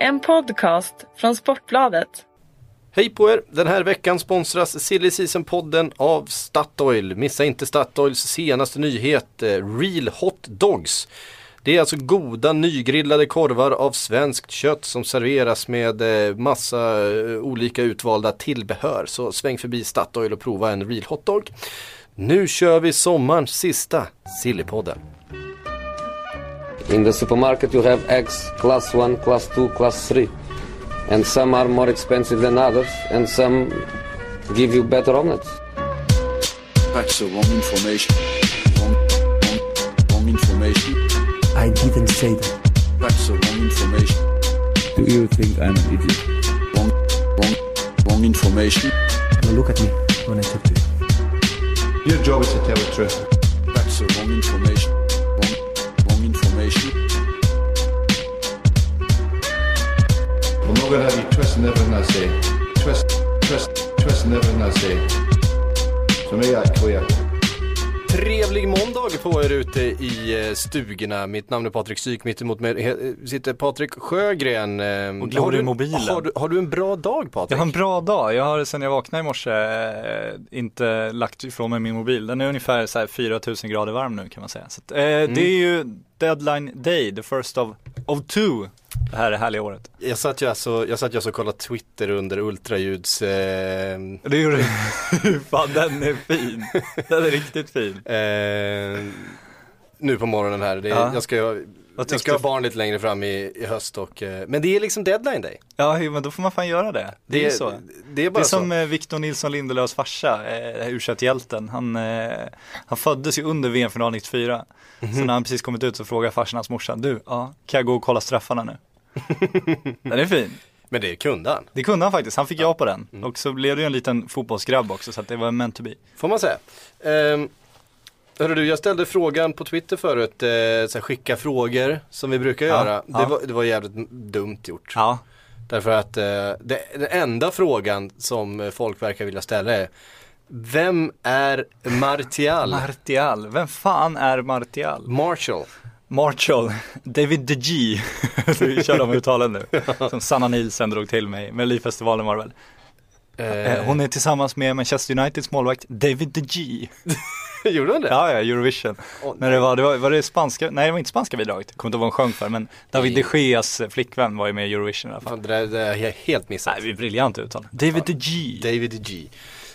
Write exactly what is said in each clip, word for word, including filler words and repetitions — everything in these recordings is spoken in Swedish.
En podcast från Sportbladet. Hej på er! Den här veckan sponsras Silly Season-podden av Statoil. Missa inte Statoils senaste nyhet, Real Hot Dogs. Det är alltså goda nygrillade korvar av svenskt kött som serveras med massa olika utvalda tillbehör. Så sväng förbi Statoil och prova en Real Hot Dog. Nu kör vi sommarens sista Sillypodden. In the supermarket you have eggs class one, class two, class three. And some are more expensive than others, and some give you better omelets. That's the wrong information. Wrong, wrong, wrong information. I didn't say that. That's the wrong information. Do you think I'm an idiot? Wrong, wrong, wrong information. Now look at me when I talk to you. Your job is to tell the truth. That's the wrong information. Wrong, wrong information. I'm not going to have you twisting everything I say. Twist, twist, twisting everything I say. So make that clear. Trevlig måndag på er ute i stugorna. Mitt namn är Patrik Syk, mitt emot mig sitter Patrik Sjögren. Och glor i mobilen. Har du, har du en bra dag, Patrik? Jag har en bra dag. Jag har sedan jag vaknade i morse äh, inte lagt ifrån mig min mobil. Den är ungefär så här fyra tusen grader varm nu kan man säga. Så att, äh, mm. Det är ju deadline day, the first of, of two. Det här är härliga året. Jag satt ju alltså, jag satt ju alltså och kollade Twitter under ultraljuds... Eh... Det gjorde du. Fan, den är fin. Den är riktigt fin. Eh... Nu på morgonen här. Det är, ja. Jag ska, jag, jag ska ha barn lite längre fram i, i höst. Och, eh... men det är liksom deadline day. Ja, men då får man fan göra det. Det, det är så. Det är, bara det är så. som eh, Victor Nilsson Lindelöfs farsa, eh, U tjugoett-hjälten. Han, eh, han föddes ju under V M-final nittiofyra. Mm-hmm. Så när han precis kommit ut så frågar farsan hans morsan, du, ja, kan jag gå och kolla straffarna nu? Den är fin. Men det kunde han. Det kunde han faktiskt, han fick ja på den. Mm. Och så blev det ju en liten fotbollsgrabb också, så att det var meant to be. Får man säga. Um, hörru du, jag ställde frågan på Twitter förut, eh, så här, skicka frågor som vi brukar ja, göra. ja. Det, var, det var jävligt dumt gjort. Ja. Därför att eh, det, den enda frågan som folk verkar vilja ställa är: vem är Martial? Martial, vem fan är Martial? Marshall. Marshall, David De Gea. Vi kör de uttalen nu. Som Sanna Nielsen drog till mig. Melodifestivalen var det väl. Eh. Hon är tillsammans med Manchester Uniteds målvakt David De Gea. Gjorde hon det? Ja, ja, Eurovision. Oh, när det var, det var, var det spanska? Nej, det var inte spanska bidraget. Jag kommer inte ihåg vad hon sjöng för. Men David De Geas flickvän var ju med i Eurovision i alla fall. Fan, det där det är jag helt missat. Nej, det är briljant uttal. David De Gea. David De Gea.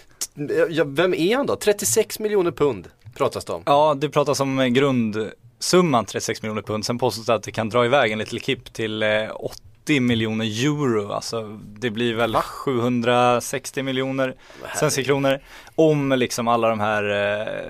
Ja, vem är han då? trettiosex miljoner pund pratas det om. Ja, det pratas om grundsumman trettiosex miljoner pund. Sen påstås det att det kan dra iväg en liten klipp till eh, åttio miljoner euro. Alltså det blir väl Va? sjuhundrasextio miljoner svenska kronor. Om liksom alla de här eh,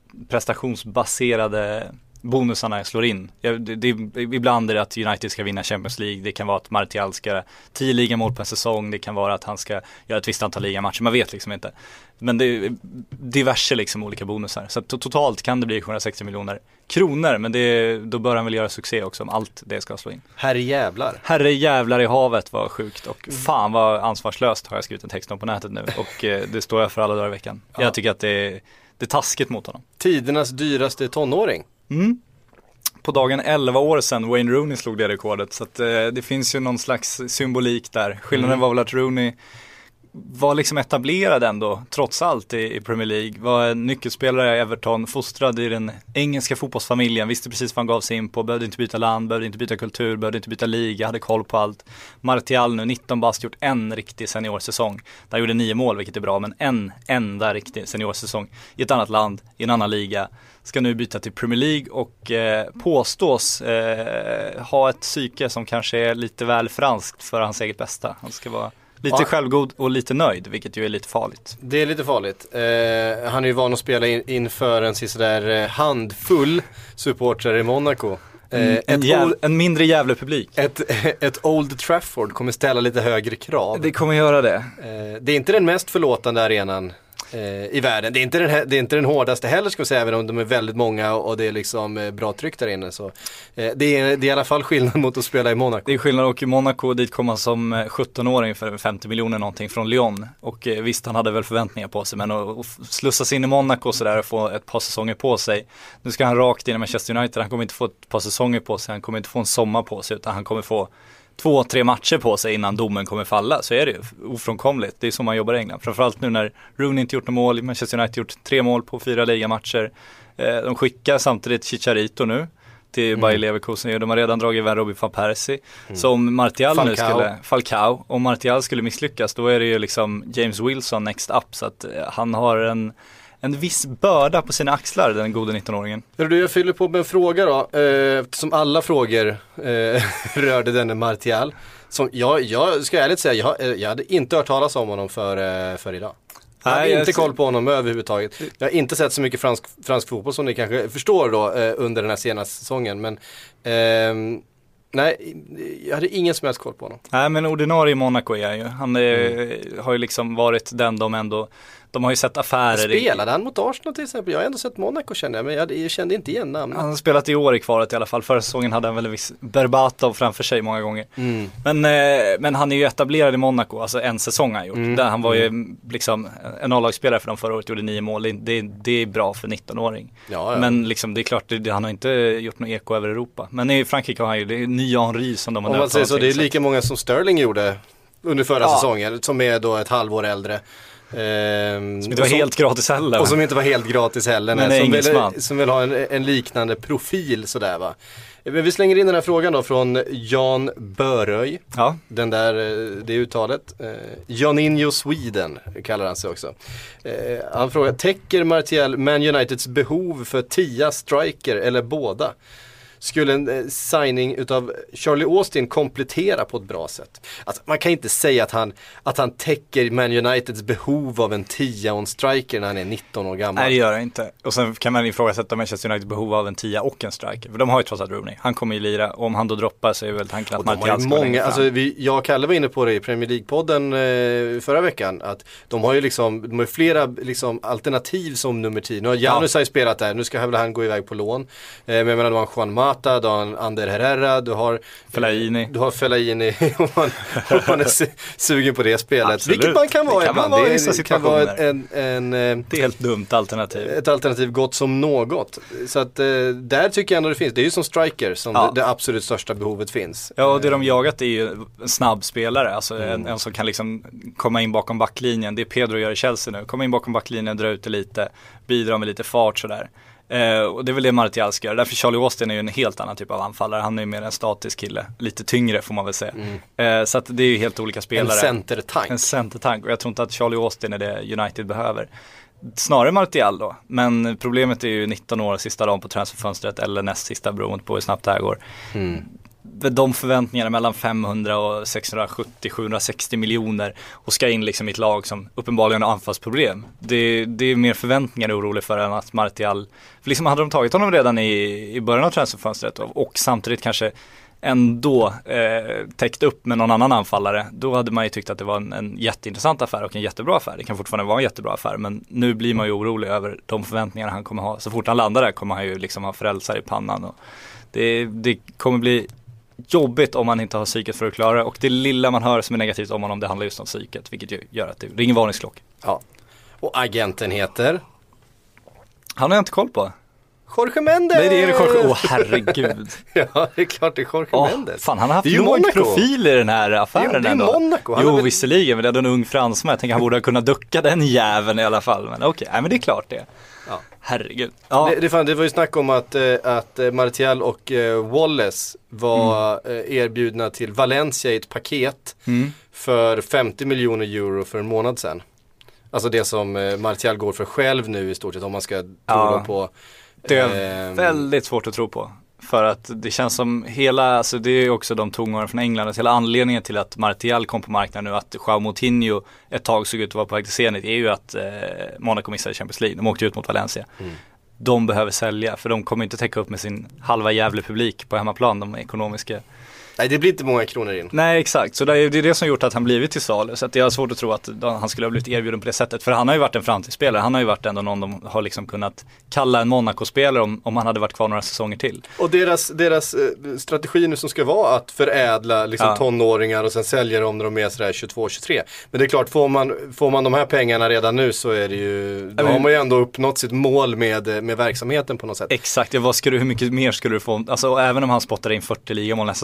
prestationsbaserade bonusarna slår in. Ja, det, det, ibland är det att United ska vinna Champions League. Det kan vara att Martial ska tio ligamål på en säsong. Det kan vara att han ska göra ett visst antal ligamatcher. Man vet liksom inte. Men det är diverse liksom olika bonusar. Så to- totalt kan det bli sjuhundrasextio miljoner kronor. Men det, då bör han väl göra succé också om allt det ska slå in. Herre jävlar. Herre jävlar i havet var sjukt. Och fan vad ansvarslöst har jag skrivit en text om på nätet nu. Och eh, det står jag för alla dagar i veckan. Ja. Jag tycker att det är, det är taskigt mot honom. Tidernas dyraste tonåring. Mm. På dagen elva år sedan Wayne Rooney slog det rekordet. Så att, eh, det finns ju någon slags symbolik där. Skillnaden mm. var väl att Rooney var liksom etablerad ändå, trots allt i, i Premier League. Var en nyckelspelare i Everton, fostrad i den engelska fotbollsfamiljen. Visste precis vad han gav sig in på. Behövde inte byta land, behövde inte byta kultur, behövde inte byta liga. Hade koll på allt. Martial nu, nitton bast, gjort en riktig seniorsäsong. Där han gjorde nio mål, vilket är bra. Men en enda riktig seniorsäsong i ett annat land, i en annan liga. Ska nu byta till Premier League och eh, påstås eh, ha ett psyke som kanske är lite väl franskt för hans eget bästa. Han ska vara lite ja. självgod och lite nöjd, vilket ju är lite farligt. Det är lite farligt. Eh, han är ju van att spela in, inför en sådär handfull supportrar i Monaco. Eh, mm, en, jäv, old, en mindre jävla publik. Ett, ett Old Trafford kommer ställa lite högre krav. Det kommer göra det. Eh, det är inte den mest förlåtande arenan i världen. Det är inte den, det är inte den hårdaste heller, ska jag säga, även om de är väldigt många och det är liksom bra tryck där inne. Så, det, är, det är i alla fall skillnad mot att spela i Monaco. Det är skillnad, och i Monaco dit kom han som sjutton-åring för femtio miljoner någonting från Lyon. Och visst, han hade väl förväntningar på sig, men att, att slussas in i Monaco så där och få ett par säsonger på sig. Nu ska han rakt in i Manchester United. Han kommer inte få ett par säsonger på sig, han kommer inte få en sommar på sig, utan han kommer få två, tre matcher på sig innan domen kommer falla, så är det ju ofrånkomligt. Det är så man jobbar i England. Framförallt nu när Rooney inte gjort något mål, Manchester United gjort tre mål på fyra ligamatcher. Eh, de skickar samtidigt Chicharito nu till mm. Bayer Leverkusen. De har redan dragit iväg Robin van Persie. Mm. Så om Martial Falcao. nu skulle Falcao, om Martial skulle misslyckas, då är det ju liksom James Wilson next up, så att eh, han har en en viss börda på sina axlar, den gode nittonåringen. Du, jag fyller på med en fråga då, eh, som alla frågor eh, rörde denne Martial. Som jag, jag ska ärligt säga, jag, jag hade inte hört talas om honom för, eh, för idag. Jag har inte koll på honom överhuvudtaget. Jag har inte sett så mycket fransk, fransk fotboll som ni kanske förstår då eh, under den här senaste säsongen. Men eh, nej, jag hade ingen som helst koll på honom. Nej, men ordinarie i Monaco är ju. Han är, mm. har ju liksom varit den de ändå... De har ju sett affärer. Spelade han mot Arsenal till exempel? Jag har ändå sett Monaco, kände jag, men jag, jag kände inte igen namnet. Han har spelat i år i kvalet i alla fall. Förra säsongen hade han väl en viss Berbatov framför sig många gånger. Mm. Men, eh, men han är ju etablerad i Monaco, alltså en säsong han gjort. Mm. Där han var ju liksom en A-lagsspelare för dem förra året, gjorde nio mål. Det, det, det är bra för nittonåring. Ja, ja. Men liksom, det är klart, det, han har inte gjort något eko över Europa. Men i Frankrike har han ju, det är nya Henry som de har. Om man säger så, det är lika många som Sterling gjorde under förra ja. säsongen, som är då ett halvår äldre. Ehm, som inte var som, helt gratis heller. Och som inte var helt gratis heller. Nej, som, vill, som vill ha en, en liknande profil sådär, va. Vi slänger in den här frågan då från Jan Böröj. Ja. Den där, det uttalet. Eh, Janinho Sweden kallar han sig också. Eh, han frågar, täcker Martial Man Uniteds behov för tia striker eller båda? Skulle en eh, signing utav Charlie Austin komplettera på ett bra sätt? Alltså, man kan inte säga att han, att han täcker Man Uniteds behov av en tia och en striker när han är nitton år gammal. Nej, det gör han inte. Och sen kan man ifrågasätta Manchester Uniteds behov av en tia och en striker. För de har ju trots allt Rooney. Han kommer ju lira, och om han då droppar så är det väl tanken att Martial ska många, alltså, vi, jag och Kalle var inne på det i Premier League-podden eh, förra veckan, att de har ju liksom, de har flera liksom, alternativ som nummer tio. Nu har Janus ja. spelat där, nu ska väl han gå iväg på lån. Eh, men jag menar, de har Juan Mata, du har Ander Herrera, du har Fellaini, du har Fellaini om man, om man är sugen på det spelet. Absolut. Vilket man kan vara, det kan ibland vara det, vissa det kan vara en, en, en det är helt dumt alternativ. Ett alternativ gott som något. Så att där tycker jag ändå det finns. Det är ju som striker som ja. det, det absolut största behovet finns. Ja, och det de jagat är ju en snabb spelare, alltså mm. en, en som kan liksom komma in bakom backlinjen. Det är Pedro gör i Chelsea nu. Komma in bakom backlinjen, dra ut det lite, bidra med lite fart sådär. Uh, och det är väl det Martial ska göra. Därför Charlie Austin är ju en helt annan typ av anfallare. Han är ju mer en statisk kille. Lite tyngre får man väl säga. Mm. Uh, så att det är ju helt olika spelare. En centertank. En centertank. Och jag tror inte att Charlie Austin är det United behöver. Snarare Martial då. Men problemet är ju nitton år, sista dagen på transferfönstret, eller näst sista, beroende på hur snabbt det här går. Mm. De förväntningarna mellan femhundra och sexhundrasjuttio till sjuhundrasextio miljoner och ska in liksom i ett lag som uppenbarligen har anfallsproblem. Det, det är mer förväntningar jag är orolig för än att Martial, för liksom hade de tagit honom redan i, i början av transferfönstret och, och samtidigt kanske ändå eh, täckt upp med någon annan anfallare, då hade man ju tyckt att det var en, en jätteintressant affär och en jättebra affär. Det kan fortfarande vara en jättebra affär, men nu blir man ju orolig över de förväntningar han kommer ha. Så fort han landar där kommer han ju liksom ha frälsare i pannan, och det, det kommer bli jobbigt om man inte har psyket för att klara det. Och det lilla man hör som är negativt om honom, det handlar just om psyket, vilket ju gör att det ringer varningsklock. Ja. Och agenten heter? Han har jag inte koll på. Jorge Mendes! Nej, det är det Jorge. Åh, oh, herregud. Ja, det är klart det är Jorge oh, Mendes. Fan, han har haft låg profil i den här affären. Jo, det är ändå. Monaco. Han jo, väl... visserligen, men det är en ung fransman. Jag tänker han borde kunna ducka den jäveln i alla fall. Men okej, okay. Men det är klart det. Ja. Herregud. Ja. Det, det, fan, det var ju snack om att, att Martial och Wallace var mm. erbjudna till Valencia i ett paket mm. för femtio miljoner euro för en månad sedan. Alltså det som Martial går för själv nu i stort sett, om man ska tro ja. på. Det är eh, väldigt svårt att tro på. För att det känns som hela, alltså det är också de tongångarna från England, och hela anledningen till att Martial kom på marknaden nu, att João Moutinho ett tag såg ut att vara på väg till Zenit, är ju att eh, Monaco missade Champions League. De åkte ut mot Valencia. Mm. De behöver sälja, för de kommer inte täcka upp med sin halva jävla publik på hemmaplan, de ekonomiska. Nej, det blir inte många kronor in. Nej, exakt. Så det är det som gjort att han blivit till salu. Så att jag har svårt att tro att han skulle ha blivit erbjuden på det sättet. För han har ju varit en framtidsspelare. Han har ju varit ändå någon de har liksom kunnat kalla en Monaco-spelare om, om han hade varit kvar några säsonger till. Och deras, deras eh, strategi nu som ska vara att förädla liksom, ja. tonåringar och sen sälja dem när de är sådär tjugotvå tjugotre. Men det är klart, får man, får man de här pengarna redan nu, så är det ju, då men, har man ju ändå uppnått sitt mål med, med verksamheten på något sätt. Exakt, ja, vad ska du, hur mycket mer skulle du få? Alltså även om han spottar in fyrtio ligamål nästa säsong, så är det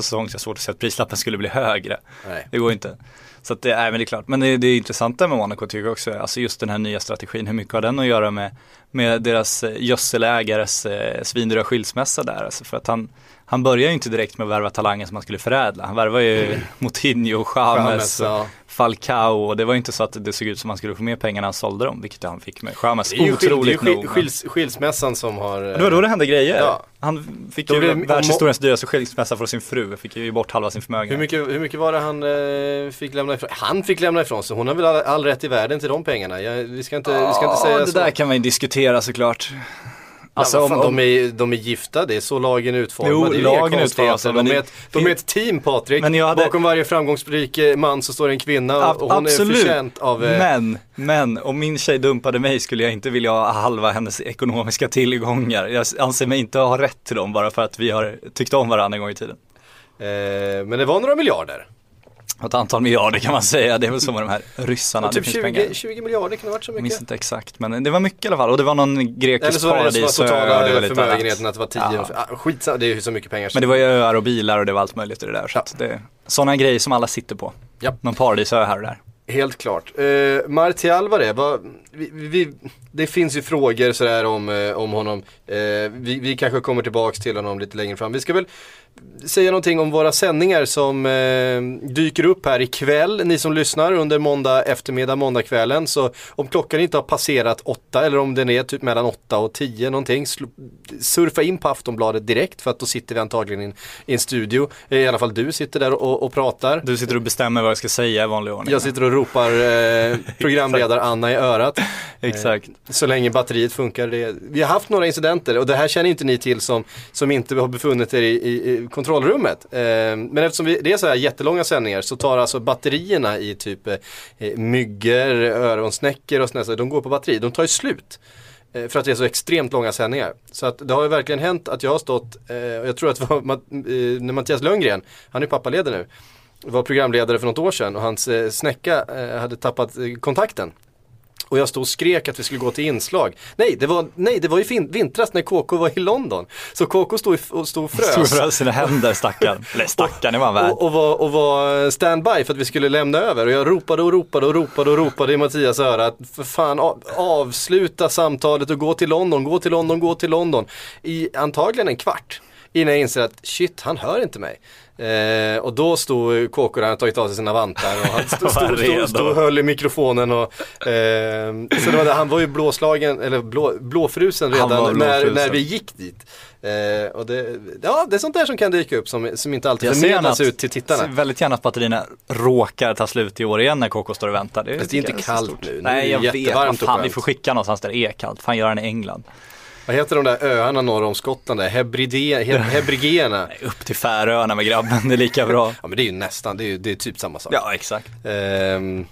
svårt att säga att prislappen skulle bli högre. Nej. Det går inte. Så att det, nej, men det är klart. Men det, det är intressant med Monaco tycker jag också. Alltså just den här nya strategin, hur mycket har den att göra med, med deras gödselägares eh, svindyra skilsmässa där. Alltså för att han, han börjar ju inte direkt med att värva talanger som han skulle förädla. Han värvar ju mm. Moutinho, James, ja. Falcao, och det var ju inte så att det såg ut som han skulle få mer pengar när han sålde dem, vilket han fick med James otroligt skil, nog. Skils, skilsmässan som har... Det var då det hände grejer. Ja. Han fick ju blev, världshistoriens dyraste skilsmässa från sin fru, fick ju bort halva sin förmögenhet. Hur mycket, hur mycket var det han eh, fick lämna ifrån? Han fick lämna ifrån sig, hon har väl all, all rätt i världen till de pengarna. Jag, vi, ska inte, ja, vi ska inte säga det så. Det där kan man ju diskutera såklart. Alltså, ja, fan, om, de, är, de är gifta, det är så lagen utformade. Jo, lagen utformade. De, är ett, de är ett team, Patrik. Men hade... Bakom varje framgångsrik man så står en kvinna ja, och hon absolut. är förtjänt av... Eh... Men, men om min tjej dumpade mig skulle jag inte vilja ha halva hennes ekonomiska tillgångar. Jag anser mig inte ha rätt till dem bara för att vi har tyckt om varandra en gång i tiden. Eh, men det var några miljarder. Ett antal miljarder kan man säga. Det är väl som med de här ryssarna. Typ tjugo, tjugo miljarder kan det ha varit så mycket. Jag minns inte exakt, men det var mycket i alla fall. Och det var någon grekisk paradis. Eller så var det totala förmögenheten att det var tio. Ja. Skitsamma, det är ju så mycket pengar. Men det var ju öar och bilar och det var allt möjligt i det där. Så ja. att det, sådana grejer som alla sitter på. Ja. Någon paradisö här och där. Helt klart. Uh, Martial var det. Var, vi, vi, det finns ju frågor sådär om, uh, om honom. Uh, vi, vi kanske kommer tillbaka till honom lite längre fram. Vi ska väl säga någonting om våra sändningar som uh, dyker upp här ikväll. Ni som lyssnar under måndag eftermiddag, måndagskvällen. Så om klockan inte har passerat åtta eller om den är typ mellan åtta och tio någonting. Sl- surfa in på Aftonbladet direkt, för att då sitter vi antagligen in, i en studio. I alla fall du sitter där och, och pratar. Du sitter och bestämmer vad jag ska säga i vanlig ordning. Jag sitter och ropar eh, programledare Anna i örat. Exakt. Eh, så länge batteriet funkar. Det, vi har haft några incidenter och det här känner inte ni till som, som inte har befunnit er i, i, i kontrollrummet. Eh, men eftersom vi, det är så här jättelånga sändningar så tar alltså batterierna i typ eh, myggor, öronsnäckor och sådär, de går på batteri. De tar ju slut. Eh, för att det är så extremt långa sändningar. Så att det har ju verkligen hänt att jag har stått, eh, jag tror att det var eh, när Mattias Lönngren, han är pappaledig nu, var programledare för något år sedan och hans eh, snäcka eh, hade tappat eh, kontakten. Och jag stod och skrek att vi skulle gå till inslag. Nej, det var, nej, det var ju fin- vintras när K K var i London. Så K K stod, i, och stod och frös. Stod och frös sina händer, stackarn. Eller stackarn, det var han värd. Och, och, var, och var standby för att vi skulle lämna över. Och jag ropade och ropade och ropade och ropade i Mattias öra att för fan av, avsluta samtalet och gå till London, gå till London, gå till London. I antagligen en kvart. Innan jag inser att shit, han hör inte mig. Eh, och då stod K K där, han tagit av sig sina vantar och han stod, stod, stod, stod och höll i mikrofonen och, eh, så det var det, han var ju blåslagen eller blå, blåfrusen redan när, när vi gick dit. Eh, och det, ja, det är sånt där som kan dyka upp som, som inte alltid förmedlas ut till tittarna. Jag ser väldigt gärna att batterierna råkar ta slut i år igen när K K står och väntar. Det är, det är inte kallt nu. nu. Nej, jag vet. Vad fan, vi får skicka någonstans där det är kallt. Fan, gör han i England. Vad heter de där öarna norr om Skottland där? Hebride, he, Hebrigerna. Nej, upp till Färöarna med grabben, det är lika bra. Ja, men det är ju nästan, det är, det är typ samma sak. Ja, exakt. Ehm,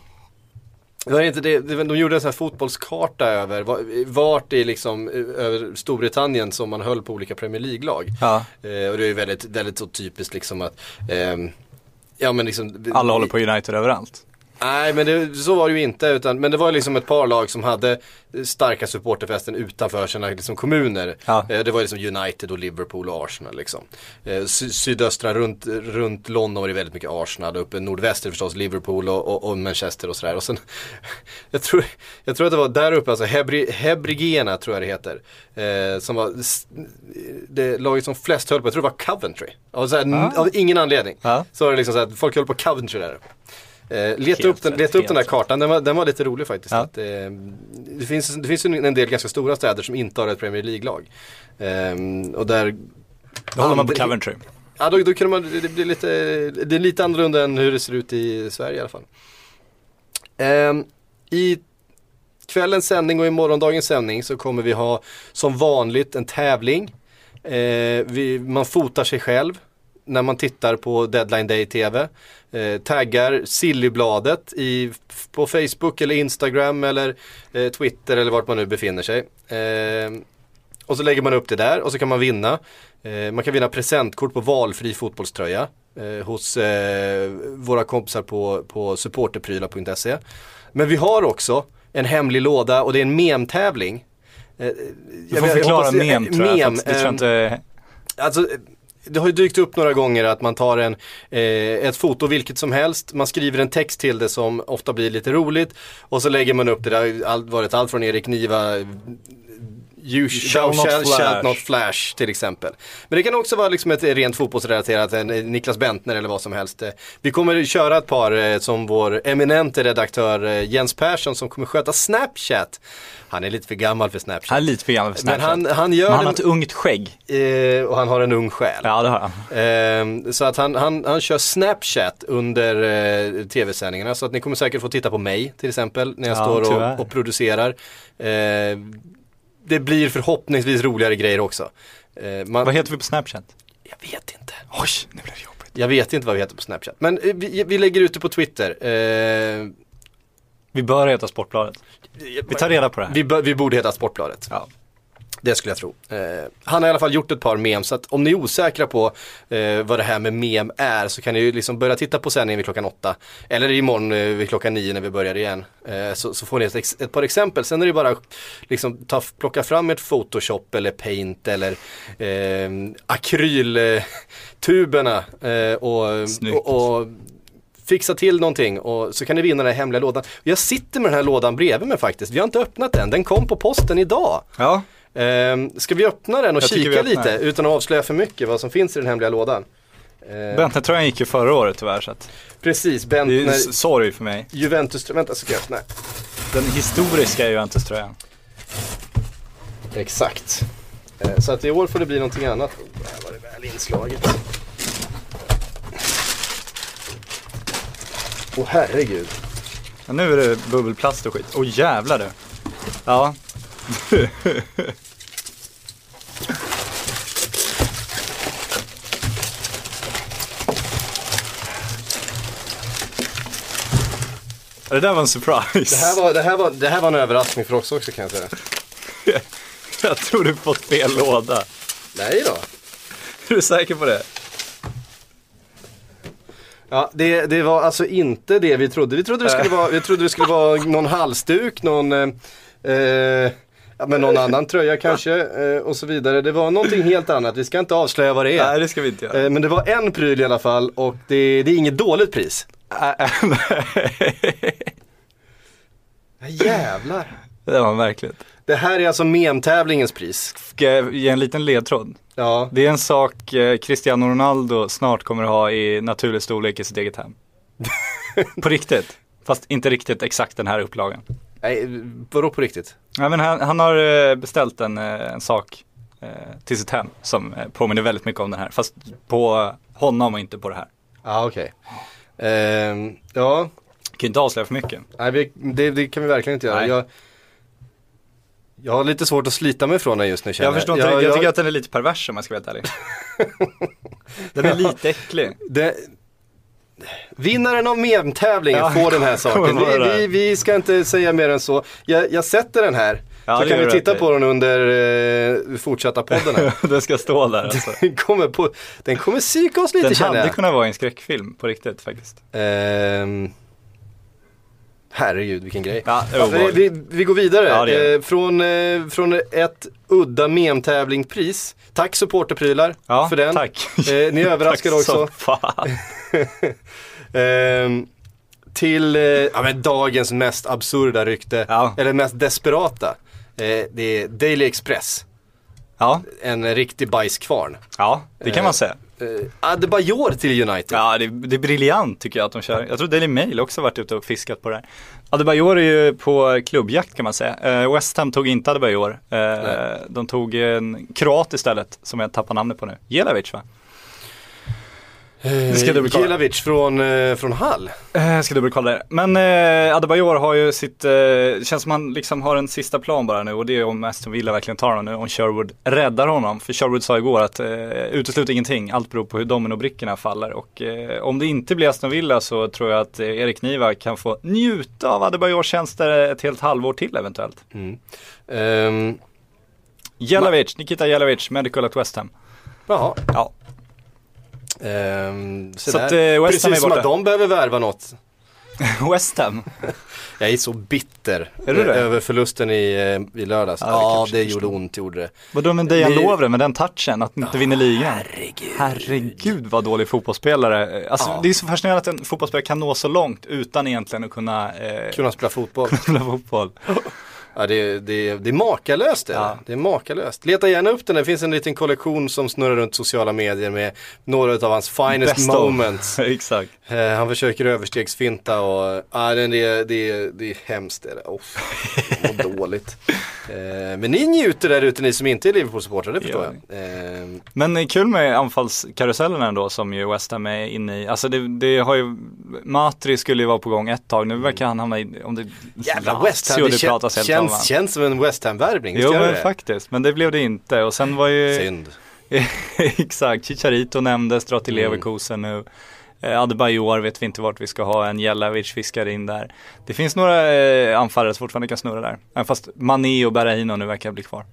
var det inte det, de gjorde en sån här fotbollskarta över vart det är liksom över Storbritannien som man höll på olika Premier League-lag. Ja. Ehm, och det är ju väldigt, väldigt så typiskt liksom att ehm, ja, men liksom, alla håller på United överallt. Nej, men det, så var det ju inte, utan, men det var liksom ett par lag som hade starka supporterfästen utanför sina liksom kommuner. Ja. Det var liksom United och Liverpool och Arsenal liksom. Sy- sydöstra runt, runt London var det väldigt mycket Arsenal, uppe nordväster förstås Liverpool och, och, och Manchester och sådär. Och sen, jag, tror, jag tror att det var där uppe, alltså Hebri, Hebrigena tror jag det heter. Eh, som var det laget som flest höll på, jag tror det var Coventry. Av, så här, ja. Av ingen anledning. Ja. Så var det liksom så här, folk höll på Coventry där uppe. Eh, leta upp, den, leta upp den där kartan, den var, den var lite rolig faktiskt. Ja. Att, eh, det, finns, det finns en del ganska stora städer som inte har ett Premier League-lag. Eh, och där... Då håller man på Coventry. Ja, då, då kan man, det blir lite, det är lite annorlunda än hur det ser ut i Sverige i alla fall. Eh, I kvällens sändning och i morgondagens sändning så kommer vi ha som vanligt en tävling. Eh, vi, man fotar sig själv när man tittar på Deadline Day T V. Eh, taggar Sillybladet i, på Facebook eller Instagram eller eh, Twitter eller vart man nu befinner sig. Eh, och så lägger man upp det där och så kan man vinna. Eh, man kan vinna presentkort på valfri fotbollströja eh, hos eh, våra kompisar på, på supporterprylar punkt se. Men vi har också en hemlig låda och det är en memtävling. Eh, du får förklara mem, tror jag. Mem, det tror jag inte... Alltså... det har ju dykt upp några gånger att man tar en, eh, ett foto vilket som helst, man skriver en text till det som ofta blir lite roligt och så lägger man upp det. Det har all, varit allt från Erik Niva, You shall, shall, not shall not flash till exempel. Men det kan också vara liksom ett rent fotbollsrelaterat, en Niklas Bentner eller vad som helst. Vi kommer köra ett par som vår eminente redaktör Jens Persson som kommer sköta Snapchat. Han är lite för gammal för Snapchat. Han är lite för gammal för Snapchat. Men han, han, gör Men han har ett ungt skägg. Eh, och han har en ung själ. Ja, det har han. Eh, så att han, han, han kör Snapchat under eh, tv-sändningarna. Så att ni kommer säkert få titta på mig till exempel när jag Ja, står tyvärr. och, och producerar. Eh, det blir förhoppningsvis roligare grejer också. Eh, man, Vad heter vi på Snapchat? Jag vet inte. Oj, nu blir det jobbigt. Jag vet inte vad vi heter på Snapchat. Men eh, vi, vi lägger ut det på Twitter. Eh, Vi bör heta Sportbladet. Vi tar reda på det här. vi, bör, vi borde heta Sportbladet. Ja. Det skulle jag tro. Eh, han har i alla fall gjort ett par mem, så att om ni är osäkra på eh, vad det här med mem är så kan ni ju liksom börja titta på sändningen vid klockan åtta. Eller imorgon eh, vid klockan nio när vi börjar igen. Eh, så, så får ni ett, ex- ett par exempel. Sen är det bara liksom ta, plocka fram ett Photoshop eller Paint eller eh, akryltuberna eh, och, Snyggt. och, och fixa till någonting och så kan ni vinna den här hemliga lådan. Jag sitter med den här lådan bredvid mig faktiskt. Vi har inte öppnat den. Den kom på posten idag. Ja. Eh, ska vi öppna den och Jag tycker kika vi öppnar. lite utan att avslöja för mycket vad som finns i den hemliga lådan? Eh, Bentner tror jag gick ju förra året tyvärr, så att precis, det är ju Bentner, s- sorg för mig. Juventus, vänta ska jag öppna. Den historiska Juventus-tröjan. Exakt. Eh, så att i år får det bli någonting annat. Det här var det väl inslaget. Åh herregud. Ja, nu är det bubbelplast och skit. Åh jävlar du. Ja. Det där var en surprise. Det här var, det här var, det här var en överraskning för oss också kan jag säga. Jag tror du fått fel låda. Nej då. Är du säker på det? Ja, det, det var alltså inte det vi trodde. Vi trodde det skulle vara, vi trodde det skulle vara någon halsduk, någon, eh, eh, ja, men någon annan tröja kanske eh, och så vidare. Det var någonting helt annat. Vi ska inte avslöja vad det är. Nej, det ska vi inte göra. Eh, men det var en pryl i alla fall och det, det är inget dåligt pris. Ja, jävlar. Det var verkligen. Det här är alltså mem-tävlingens pris. Ska jag ge en liten ledtråd? Ja. Det är en sak eh, Cristiano Ronaldo snart kommer att ha i naturlig storlek i sitt eget hem. På riktigt. Fast inte riktigt exakt den här upplagan. Nej, vadå på riktigt? Ja, men han, han har eh, beställt en, eh, en sak eh, till sitt hem som eh, påminner väldigt mycket om den här. Fast på honom och inte på det här. Ja, okej. Okay. Eh, ja, Jag kan inte avslöja för mycket. nej, vi, det, det kan vi verkligen inte göra. Nej. Jag, jag har lite svårt att slita mig från den just nu, känner Jag förstår inte, jag. jag, Jag, tycker att den är lite pervers om jag ska vara helt ärlig. Den är lite äcklig. det, vinnaren av mem-tävlingen Ja, får den här saken. kommer vara Vi, det. vi, vi ska inte säga mer än så. Jag, jag sätter den här. Ja, så det kan gör vi du titta rätt på i. den under eh, fortsatta podden här. Den ska stå där alltså. Den kommer, på, den kommer psyka oss lite, Den känner hade jag. kunnat vara en skräckfilm på riktigt faktiskt. Ehm, herregud, vilken grej. Ja, Ja, vi, vi, vi går vidare. Ja, det gör vi. eh, från, eh, från ett udda mem-tävlingpris. Tack supporterprylar Ja, för den. tack. Eh, ni överraskade Tack också. som fan. Ehm, till eh, ja, men dagens mest absurda rykte, Ja. eller mest desperata. Eh, det är Daily Express. Ja, En riktig bajskvarn. ja, det kan man säga. Eh, Adebayor till United. Ja, det, det är briljant tycker jag att de kör. Jag tror Daily Mail också varit ute och fiskat på det här. Adebayor är ju på klubbjakt kan man säga. Eh, West Ham tog inte Adebayor. Eh, de tog en kroat istället som jag tappar namnet på nu. Jelavic va? Det ska jag dubbelkolla. Jelavic från, eh, från Hall. Eh, Jag ska dubbelkolla det. Men eh, Adebayor har ju sitt, eh, det känns som han liksom har en sista plan bara nu. Och det är om Aston Villa verkligen tar honom nu. Om Sherwood räddar honom. För Sherwood sa igår att eh, utesluta ingenting. Allt beror på hur dominobrickorna faller. Och eh, om det inte blir Aston Villa så tror jag att eh, Erik Niva kan få njuta av Adebayors tjänster ett helt halvår till eventuellt. Mm. Ehm, Jelavic, Nikita Jelavic, medical at West Ham. jaha. Ja. Ehm, så Så där. att, eh, West Ham är Precis som borta. att de behöver värva något. West Ham. Jag är så bitter Är du det? över förlusten i, i lördags. Ja, det Ja, kanske det förstår. gjorde ont, gjorde det. Vadå med Dejan Det- Lovren med den touchen, att inte vinna ligan? Herregud. Herregud vad dålig fotbollsspelare. Alltså Ja. det är så fascinerande att en fotbollsspelare kan nå så långt utan egentligen att kunna eh, Kunna spela fotboll. spela fotboll. Ja, det, det, det är makalöst det. Ja. Det är makalöst. Leta gärna upp den. Det finns en liten kollektion som snurrar runt sociala medier med några av hans finest Best of. moments. Exakt. Eh, han försöker överstegsfinta och ja, det, det, det, det är hemskt det där. Oh, det mår dåligt. Eh, men ni njuter där ute, ni som inte är Liverpool-supportrar, det förstår Ja. jag. Eh, Men det är kul med anfallskarusellen ändå som ju West Ham är inne i. Alltså det, det har ju, Matri skulle ju vara på gång ett tag. Nu verkar han hamna i, om det jävla West Ham, Lazio det det pratas känns, helt om. känns, va? känns som en West Ham-värvning. Jo Visst gör men det? faktiskt, men det blev det inte. Och sen var ju, Synd. exakt, Chicharito nämndes, dra till Mm. Leverkusen nu. Eh, Adebayor vet vi inte vart vi ska ha, en Jelavic fiskar in där. Det finns några eh, anfallare som fortfarande kan snurra där. Även fast Mané och Berahino nu verkar bli kvar.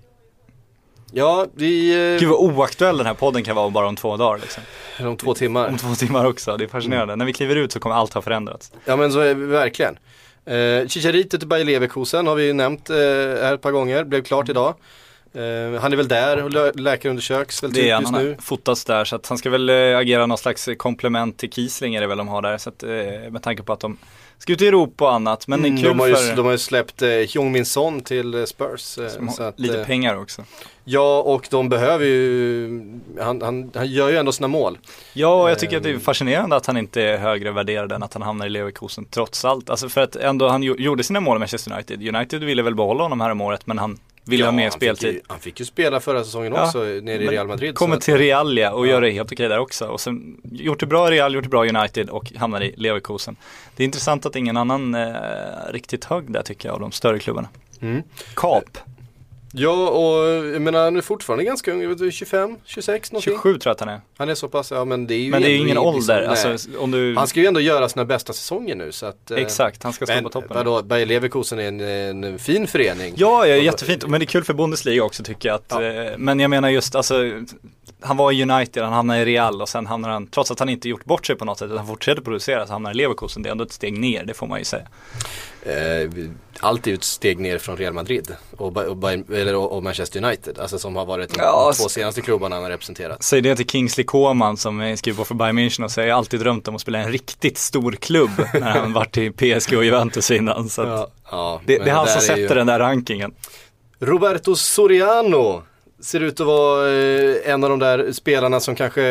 Ja, vi... Eh, Gud vad oaktuell den här podden kan vara bara om två dagar liksom. om två timmar. Om två timmar också, det är fascinerande. När vi kliver ut så kommer allt ha förändrats. Ja men så är det verkligen. Eh, Chicharito till Bayer Leverkusen har vi ju nämnt eh, här ett par gånger, blev klart idag. Eh, han är väl där och lä- läkarundersöks väl Det typ är han, just han nu. har fotats där så att han ska väl äh, agera någon slags komplement till Kiesling är det väl de har där. Så att, äh, med tanke på att de ska ut i Europa och annat. Men Mm, det är kul de, har ju, för de har ju släppt eh, Heung-Min Son till eh, Spurs. Eh, som så har att, lite eh, pengar också. Ja och de behöver ju, han, han, han gör ju ändå sina mål. Ja, och jag tycker att det är Ehm. fascinerande att han inte är högre värderad än att han hamnar i Leverkusen trots allt. Alltså för att ändå han jo- gjorde sina mål i Manchester United. United ville väl behålla honom här om året men han ville ha mer han speltid. Fick ju, han fick ju spela förra säsongen Ja, också nere i men Real Madrid. Kommer så att- till Realia och Ja. gör det helt okej där också. Och sen gjort det bra i Real, gjort det bra i United och hamnar i Leverkusen. Det är intressant att ingen annan eh, riktigt hög där tycker jag av de större klubbarna. Mm. Kap, Ja och jag menar han är fortfarande ganska ung, jag vet, tjugofem, tjugosex någonting. tjugosju tror jag att han är. Han är så pass, ja men det är ju Men det är ju ändå ingen i- ålder. liksom, nej. Alltså, om du... Han ska ju ändå göra sina bästa säsonger nu så att, eh, Exakt, han ska stå men på toppen. vadå, Bayer Leverkusen är en, en fin förening. Ja, ja, jättefint. Men det är kul för Bundesliga också tycker jag. Att, Ja. eh, men jag menar just, alltså, han var i United, han hamnade i Real och sen hamnar han, trots att han inte gjort bort sig på något sätt, utan han fortsätter producera, så hamnar han i Leverkusen. Det är ändå ett steg ner, det får man ju säga. Eh, allt är ju ett steg ner från Real Madrid och, Ba- och, Bayern- eller, och, och Manchester United, alltså som har varit de Ja, två s- senaste klubbarna han har representerat. Säg det till Kingsley Coman som är skriver på för Bayern München och säger jag har alltid drömt om att spela i en riktigt stor klubb när han varit i P S G och Juventus innan. Så att Ja, ja, det, men det är han som där sätter ju- den där rankingen. Roberto Soriano ser ut att vara eh, en av de där spelarna som kanske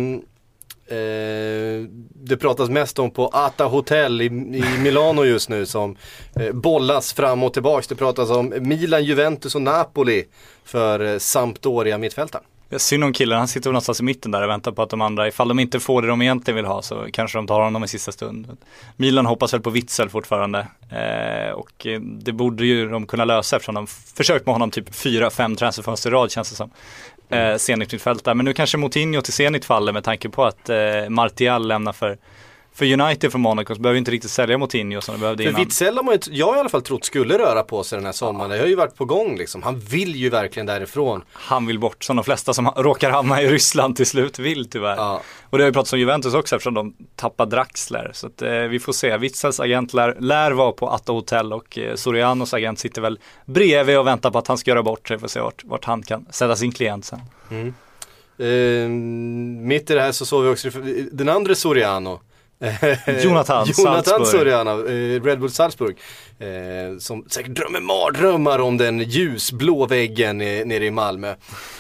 eh, det pratas mest om på Ata Hotel i, i Milano just nu som eh, bollas fram och tillbaks. Det pratas om Milan, Juventus och Napoli för eh, Sampdoria mittfältaren. Jag synd om killen, han sitter någonstans i mitten där och väntar på att de andra, ifall de inte får det de egentligen vill ha så kanske de tar honom i sista stund. Milan hoppas väl på Witzel fortfarande eh, och eh, det borde ju de kunna lösa eftersom de försökt med honom typ fyra, fem transferfönster i rad känns det som. Eh, Zenit mittfält där, men nu kanske Moutinho till Zenit faller med tanke på att eh, Martial lämnar för För United från Monaco så behöver inte riktigt sälja Moutinho som de behövde För innan. Witzel har man ju, jag har i alla fall trott skulle röra på sig den här sommaren. Det har ju varit på gång liksom. Han vill ju verkligen därifrån. Han vill bort, som de flesta som råkar hamna i Ryssland till slut vill tyvärr. Ja. Och det har ju pratat om Juventus också eftersom de tappar Draxler. Så att, eh, vi får se. Witzels agent lär, lär vara på Atta Hotel och eh, Sorianos agent sitter väl bredvid och väntar på att han ska göra bort sig. Vi får se vart, vart han kan sätta sin klient sen. Mm. Eh, mitt i det här så såg vi också den andra Soriano. Jonathan, Jonathan Salzburg. Soriano, eh, Red Bull Salzburg. Eh, som säkert drömmer mardrömmar om den ljusblå väggen eh, nere i Malmö.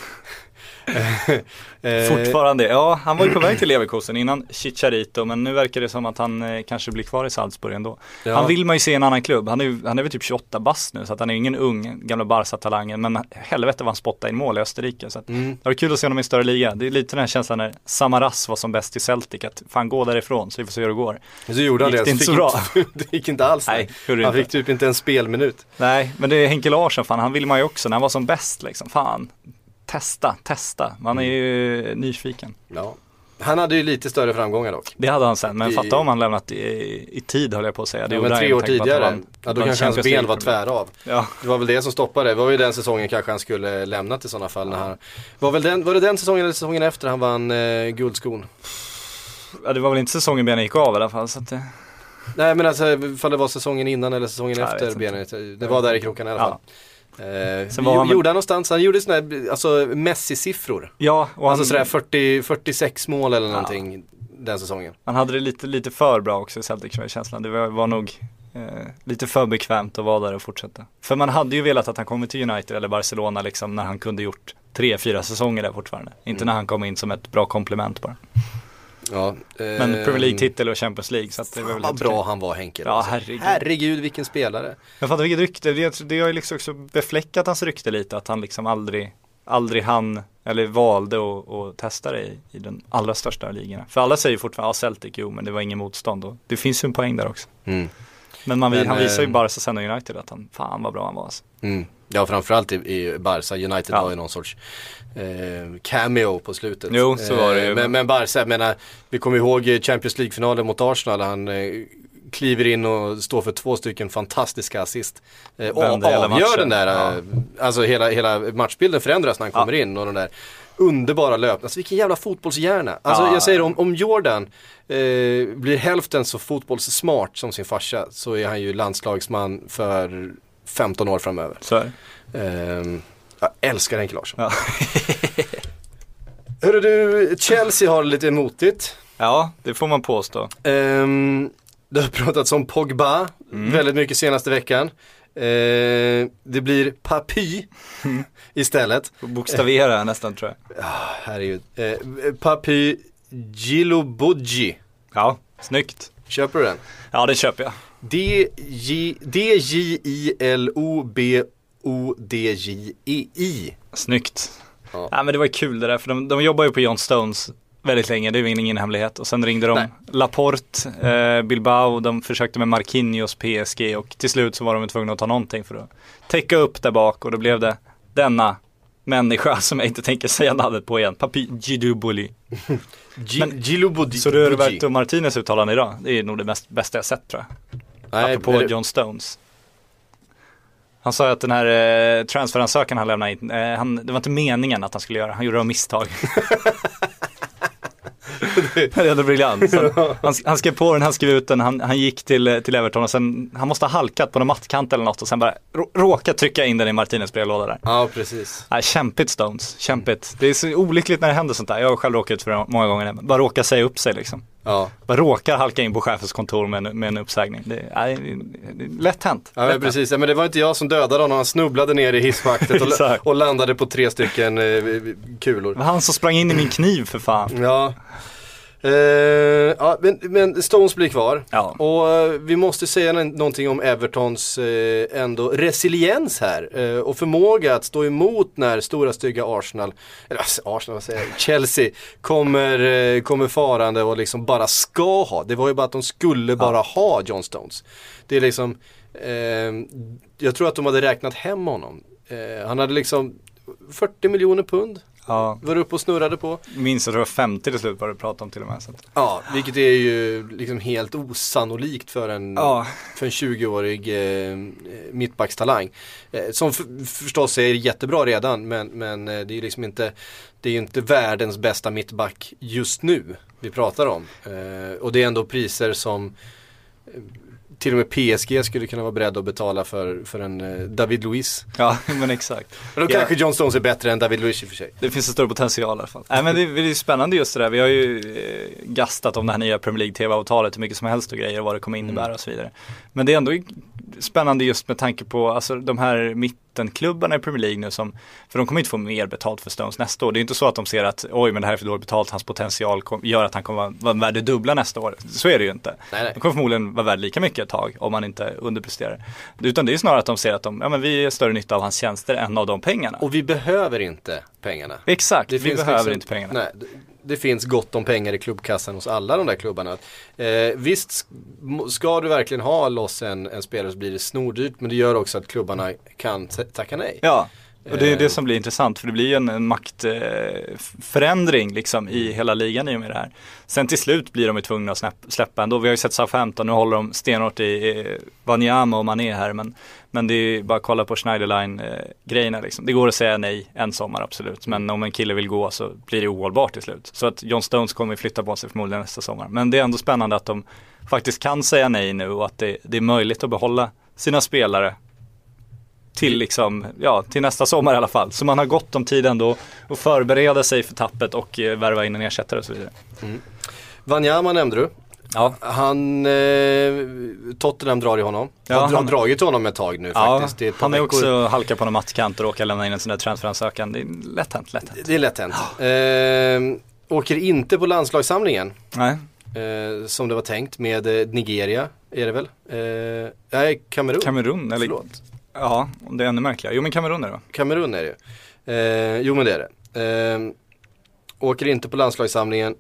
eh, Fortfarande, ja han var ju på väg till Leverkusen innan Chicharito, men nu verkar det som att han eh, kanske blir kvar i Salzburg ändå. Ja. Han vill man ju se i en annan klubb, han är, ju- han är väl typ tjugoåtta bast nu så att han är ju ingen ung gamla Barca-talangen, men helvete vad han spottade in mål i Österrike så att Mm. det var kul att se honom i en större liga. Det är lite den här känslan när Samaras var som bäst i Celtic, att fan gå därifrån så vi får se hur det går. Så gjorde han Gick det, det inte fick så bra? inte- det gick inte alls. Nej, gjorde det han inte. fick typ inte en spelminut. Nej, men det är Henke Larsson, fan han vill man ju också när han var som bäst liksom, fan testa, testa, man är ju nyfiken. Ja. Han hade ju lite större framgångar dock. Det hade han sen, men I- fatta om han lämnat i, i tid höll jag på att säga. Det Ja, gjorde men han tre ju år med tanke på att tidigare, han vann- ja, då vann kanske hans Champions ben var League. tvära av. Ja. Det var väl det som stoppade. Det var ju den säsongen kanske han skulle lämnat i sådana fall. När han, var, väl den, var det den säsongen eller säsongen efter han vann eh, guldskon? Ja, det var väl inte säsongen benen gick av i alla fall. Så att det... Nej men alltså ifall det var säsongen innan eller säsongen Jag efter benet. Det var där i kroken i alla fall. Ja. Eh, Sen var han- gjorde han någonstans, han gjorde såna här, alltså Messi-siffror. Ja, och han, Alltså sådär fyrtio, fyrtiosex mål eller någonting den säsongen. han hade det lite, lite för bra också i Celtic, tror jag, känslan. Det var, var nog eh, lite för bekvämt att vara där och fortsätta. För man hade ju velat att han kom till United eller Barcelona liksom, när han kunde gjort tre, fyra säsonger där fortfarande. Inte Mm. när han kom in som ett bra komplement bara. Ja, Men Premier League-titel och Champions League, så att det var väl vad helt bra okej. han var, Henke. Ja, herregud. herregud vilken spelare. Jag fattar vilket rykte, det, det har ju liksom också befläckat hans rykte lite, att han liksom aldrig, aldrig han, eller valde att, att testa det i, i den allra största ligorna. För alla säger fortfarande, ja Celtic, jo men det var ingen motstånd och det finns ju en poäng där också. Mm. Men, man, Men, han visar ju eh, bara sen United att han, fan vad bra han var alltså. Mm. Ja, framförallt i, i Barca. United Ja. var ju någon sorts eh, cameo på slutet. Jo, så var det ju. Eh, men, men Barca, jag menar, vi kommer ihåg Champions League-finalen mot Arsenal. Han eh, kliver in och står för två stycken fantastiska assist. Eh, och Vände hela avgör matchen. den där, Ja. eh, alltså hela, hela matchbilden förändras när han Ja. kommer in. Och den där underbara löp. Alltså vilken jävla fotbollshjärna. Alltså Ja. jag säger om, om Jordan eh, blir hälften så fotbollssmart som sin farsa, så är han ju landslagsman för femton år framöver. Så är det. Ehm, jag älskar Henke Larsson. Ja. Hörru du, Chelsea har det lite motigt. Ja, det får man påstå. Ehm, det har pratats om Pogba Mm. väldigt mycket senaste veckan. Ehm, det blir Papy istället. Bokstavera nästan, tror jag. Herregud. Ehm, Papy Djilobodji. Ja, snyggt. Köper du den? Ja, det köper jag. D J I L O B O D J E I. Snyggt. Ja. Ja, men det var ju kul det där, för de, de jobbar ju på John Stones väldigt länge, det är ingen hemlighet. Och sen ringde de Nej. Laporte, eh, Bilbao, de försökte med Marquinhos, P S G, och till slut så var de tvungna att ta någonting för att täcka upp där bak, och då blev det denna människa som jag inte tänker säga namnet på igen, Papi Djiduboli. Men- Djilobodji. Så det är Roberto Martinez uttalande idag, det är nog det mest, bästa jag sett, tror jag. Nej, Apropå är det- John Stones. Han sa att den här eh, transferansökan han lämnade in, eh, han, det var inte meningen att han skulle göra, han gjorde det av misstag. Det är ändå briljant. Så han, han skrev på den, han skrev ut den, han, han gick till, till Everton och sen, han måste ha halkat på någon mattkant eller något och sen bara rå, råka trycka in den i Martinez brevlåda där. Ja, precis. Nej, kämpigt Stones, kämpigt. Det är så olyckligt när det händer sånt där. Jag har själv råkat ut för det många gånger. Bara råka säga upp sig liksom. Ja, Bara råkar halka in på chefens kontor med en, med en uppsägning. Det är, nej, det är lätt hänt. ja men precis. Ja, men det var inte jag som dödade honom. Han snubblade ner i hisschaktet och, Exakt. och landade på tre stycken eh, kulor. Det var han som sprang in i min kniv för fan. Ja. Eh, ja, men, men Stones blir kvar. Ja. Och eh, vi måste säga n- någonting om Evertons eh, ändå resiliens här. Eh, och förmåga att stå emot när stora stygga Arsenal, eller alltså, Arsenal, vad säger jag, Chelsea kommer, eh, kommer farande och liksom bara ska ha. Det var ju bara att de skulle bara ha John Stones. Det är liksom, eh, jag tror att de hade räknat hem honom. Eh, han hade liksom fyrtio miljoner pund. Ja. Var uppe och snurrade på. Minns att det var femtio till slut, vad du pratade om till och med. Så att... Ja, vilket är ju liksom helt osannolikt för en, Ja. för en tjugo-årig eh, mittbackstalang. Eh, som f- förstås är jättebra redan, men, men eh, det är ju liksom inte, det är ju inte världens bästa mittback just nu vi pratar om. Eh, och det är ändå priser som eh, till och med P S G skulle kunna vara beredda att betala för, för en eh, David Luiz. Ja, men exakt. Men då Ja. kanske John Stones är bättre än David Luiz i och för sig. Det finns en större potential i alla fall. Nej, men det, det är spännande just det där. Vi har ju eh, gastat om det här nya Premier League-T V-avtalet hur mycket som helst och grejer och vad det kommer innebära och så vidare. Men det är ändå spännande just med tanke på alltså, de här mittenklubbarna i Premier League nu som, för de kommer inte få mer betalt för Stones nästa år. Det är inte så att de ser att oj, men det här är för dåligt betalt, hans potential kom, gör att han kommer vara, vara värd det dubbla nästa år. Så är det ju inte. Nej, nej. De kommer förmodligen vara värd lika mycket ett tag om man inte underpresterar. Utan det är snarare att de ser att de, ja, men vi är större nytta av hans tjänster än av de pengarna. Och vi behöver inte pengarna. Exakt, Det vi finns behöver liksom- inte pengarna. Nej, det, det finns gott om pengar i klubbkassan hos alla de där klubbarna. Eh, visst sk- ska du verkligen ha loss en, en spelare så blir det snordyrt, men det gör också att klubbarna kan t- tacka nej. Ja, Och det är det som blir intressant, för det blir ju en, en maktförändring eh, liksom i hela ligan i och med det här. Sen till slut blir de ju tvungna att snäpp, släppa ändå. Vi har ju sett Southampton, nu håller de stenhårt i, i Wanyama och Mané här, men, men det är bara att kolla på Schneiderline-grejerna eh, liksom. Det går att säga nej en sommar, absolut, men om en kille vill gå så blir det ohållbart till slut. Så att John Stones kommer flytta på sig förmodligen nästa sommar. Men det är ändå spännande att de faktiskt kan säga nej nu och att det, det är möjligt att behålla sina spelare till, liksom, ja, till nästa sommar i alla fall. Så man har gott om tid ändå att förbereda sig för tappet och eh, värva in en ersättare och så vidare. Mm. Wanyama nämnde du. Ja. Han, eh, Tottenham drar i honom. Ja, han har han, dragit honom ett tag nu ja, faktiskt. Det är han är veckor. också halka på någon mattkant och råkar lämna in en sån där transferansökan. Det är lätt hänt, lätt hänt. Det är lätt hänt. Oh. Eh, åker inte på landslagssamlingen. Nej. Eh, som det var tänkt med eh, Nigeria, är det väl? Eh, nej, Kamerun. Kamerun, eller? Förlåt. Ja, det är ännu märkligare. Jo, men Kamerun är det va? Kamerun är det ju. Eh, jo, men det är det. Eh, åker inte på landslagssamlingen.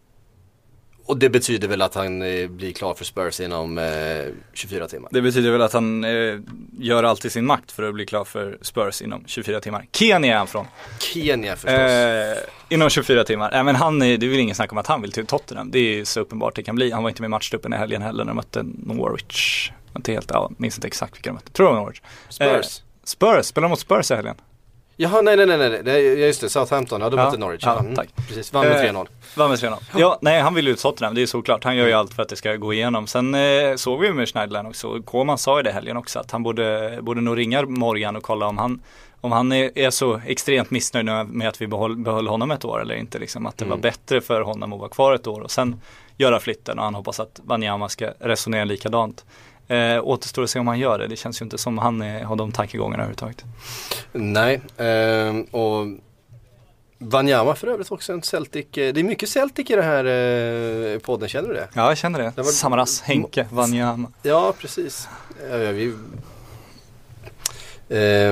Och det betyder väl att han eh, blir klar för Spurs inom eh, tjugofyra timmar. Det betyder väl att han eh, gör allt i sin makt för att bli klar för Spurs inom tjugofyra timmar. Kenya är han från. Kenya förstås. Eh, inom tjugofyra timmar. Äh, men han är, det är väl ingen snack om att han vill till Tottenham. Det är så uppenbart det kan bli. Han var inte med i matchtruppen i helgen heller när de mötte Norwich. Inte helt, ja, minns inte exakt vilka de mötte. Tror jag Norwich. Spurs. Eh, Spurs, spelar de mot Spurs i helgen? Jaha, nej, nej, nej, nej, nej, just det, Southampton, ja, de mötte ja, Norwich. Ja, mm, tack. Precis, vann med tre noll. Eh, vann med tre noll. Ja, nej, han vill ju ut Tottenham, det är såklart. Han gör ju allt för att det ska gå igenom. Sen eh, såg vi ju med Schneiderline också. Koman sa ju det helgen också, att han borde, borde nog ringa Morgan och kolla om han, om han är, är så extremt missnöjd med att vi behöll, behöll honom ett år eller inte. Liksom, att det mm. var bättre för honom att vara kvar ett år och sen göra flytten. Och han hoppas att Wanyama ska resonera likadant. Eh, återstår att se om han gör det. Det känns ju inte som han är, har de tankegångarna överhuvudtaget. Nej, eh, och Wanyama för övrigt också en Celtic. Det är mycket Celtic i det här eh, podden, känner du det? Ja, jag känner det. det var... Samaras, Henke, Wanyama. Ja, precis. Ja, vi... eh,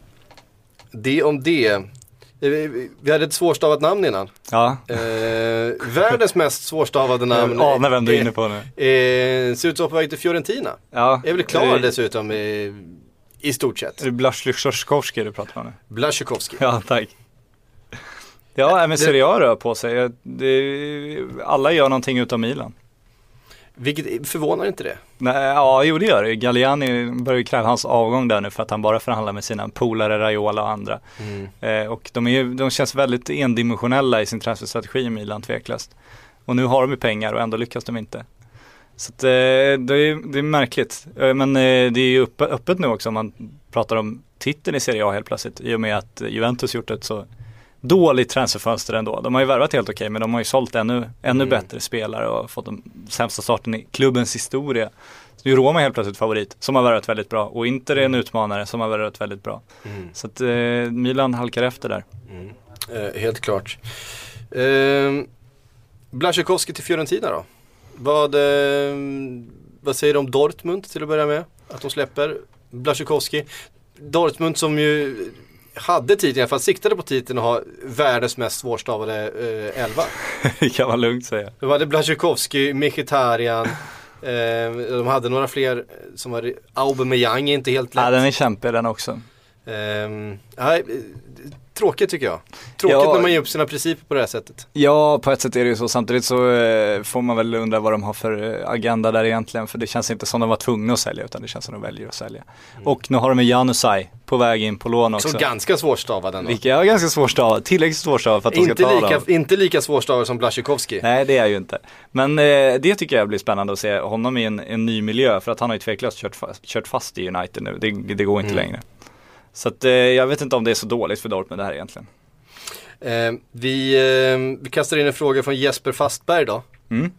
det om det. Vi hade ett svårstavat namn innan. Ja. Eh, världens mest svårstavade namn. Ja, när vem du är inne på nu. Eh, ser ut som på väg till Fiorentina. Ja. Är väl klar det... dessutom i, i stort sett. Är det Blaszczykowski du pratar om nu? Blaszczykowski. Ja, tack. Ja, men Serie A rör på sig. Det, alla gör någonting utom Milan. Vilket förvånar inte det? Nej, ja, jo det gör det. Galliani börjar ju kräva hans avgång där nu för att han bara förhandlar med sina polare, Raiola och andra. Mm. Eh, och de, är, de känns väldigt endimensionella i sin transferstrategi i Milan, tveklöst. Och nu har de ju pengar och ändå lyckas de inte. Så att, eh, det, är, det är märkligt. Eh, men eh, det är ju öppet, öppet nu också om man pratar om titeln i Serie A helt plötsligt. I och med att Juventus gjort ett så dåligt transferfönster ändå. De har ju värvat helt okej, men de har ju sålt ännu, ännu mm. bättre spelare och fått den sämsta starten i klubbens historia. Så nu är Roma helt plötsligt favorit, som har värvat väldigt bra. Och Inter är en utmanare som har värvat väldigt bra. Mm. Så att eh, Milan halkar efter där. Mm. Eh, helt klart. Eh, Blaszczykowski till Fiorentina då? Vad, eh, vad säger du om Dortmund till att börja med? Att de släpper Blaszczykowski. Dortmund som ju hade titeln, i alla fall siktade på titeln och ha världens mest svårstavade eh, elva. Det kan man lugnt säga. De hade Blaszczykowski, Mkhitaryan, eh, de hade några fler som var Aubameyang, inte helt lätt. Ja, den är kämpig den också. Eh, nej, tråkigt tycker jag. Tråkigt ja, när man ger upp sina principer på det här sättet. Ja, på ett sätt är det ju så. Samtidigt så eh, får man väl undra vad de har för agenda där egentligen. För det känns inte som de var tvungna att sälja, utan det känns som de väljer att sälja. Mm. Och nu har de med Janusaj på väg in på lån också. Så ganska svårstavad ändå. Vilka är ganska svårstavad. Tillräckligt svårstavad för att inte de ska ta lika, dem. Inte lika svårstavad som Blaszczykowski. Nej, det är ju inte. Men eh, det tycker jag blir spännande att se honom i en, en ny miljö. För att han har ju tveklöst kört fast, kört fast i United nu. Det, det går inte mm. längre. Så att, eh, jag vet inte om det är så dåligt för Dortmund det här egentligen. Eh, vi, eh, vi kastar in en fråga från Jesper Fastberg då. Mm.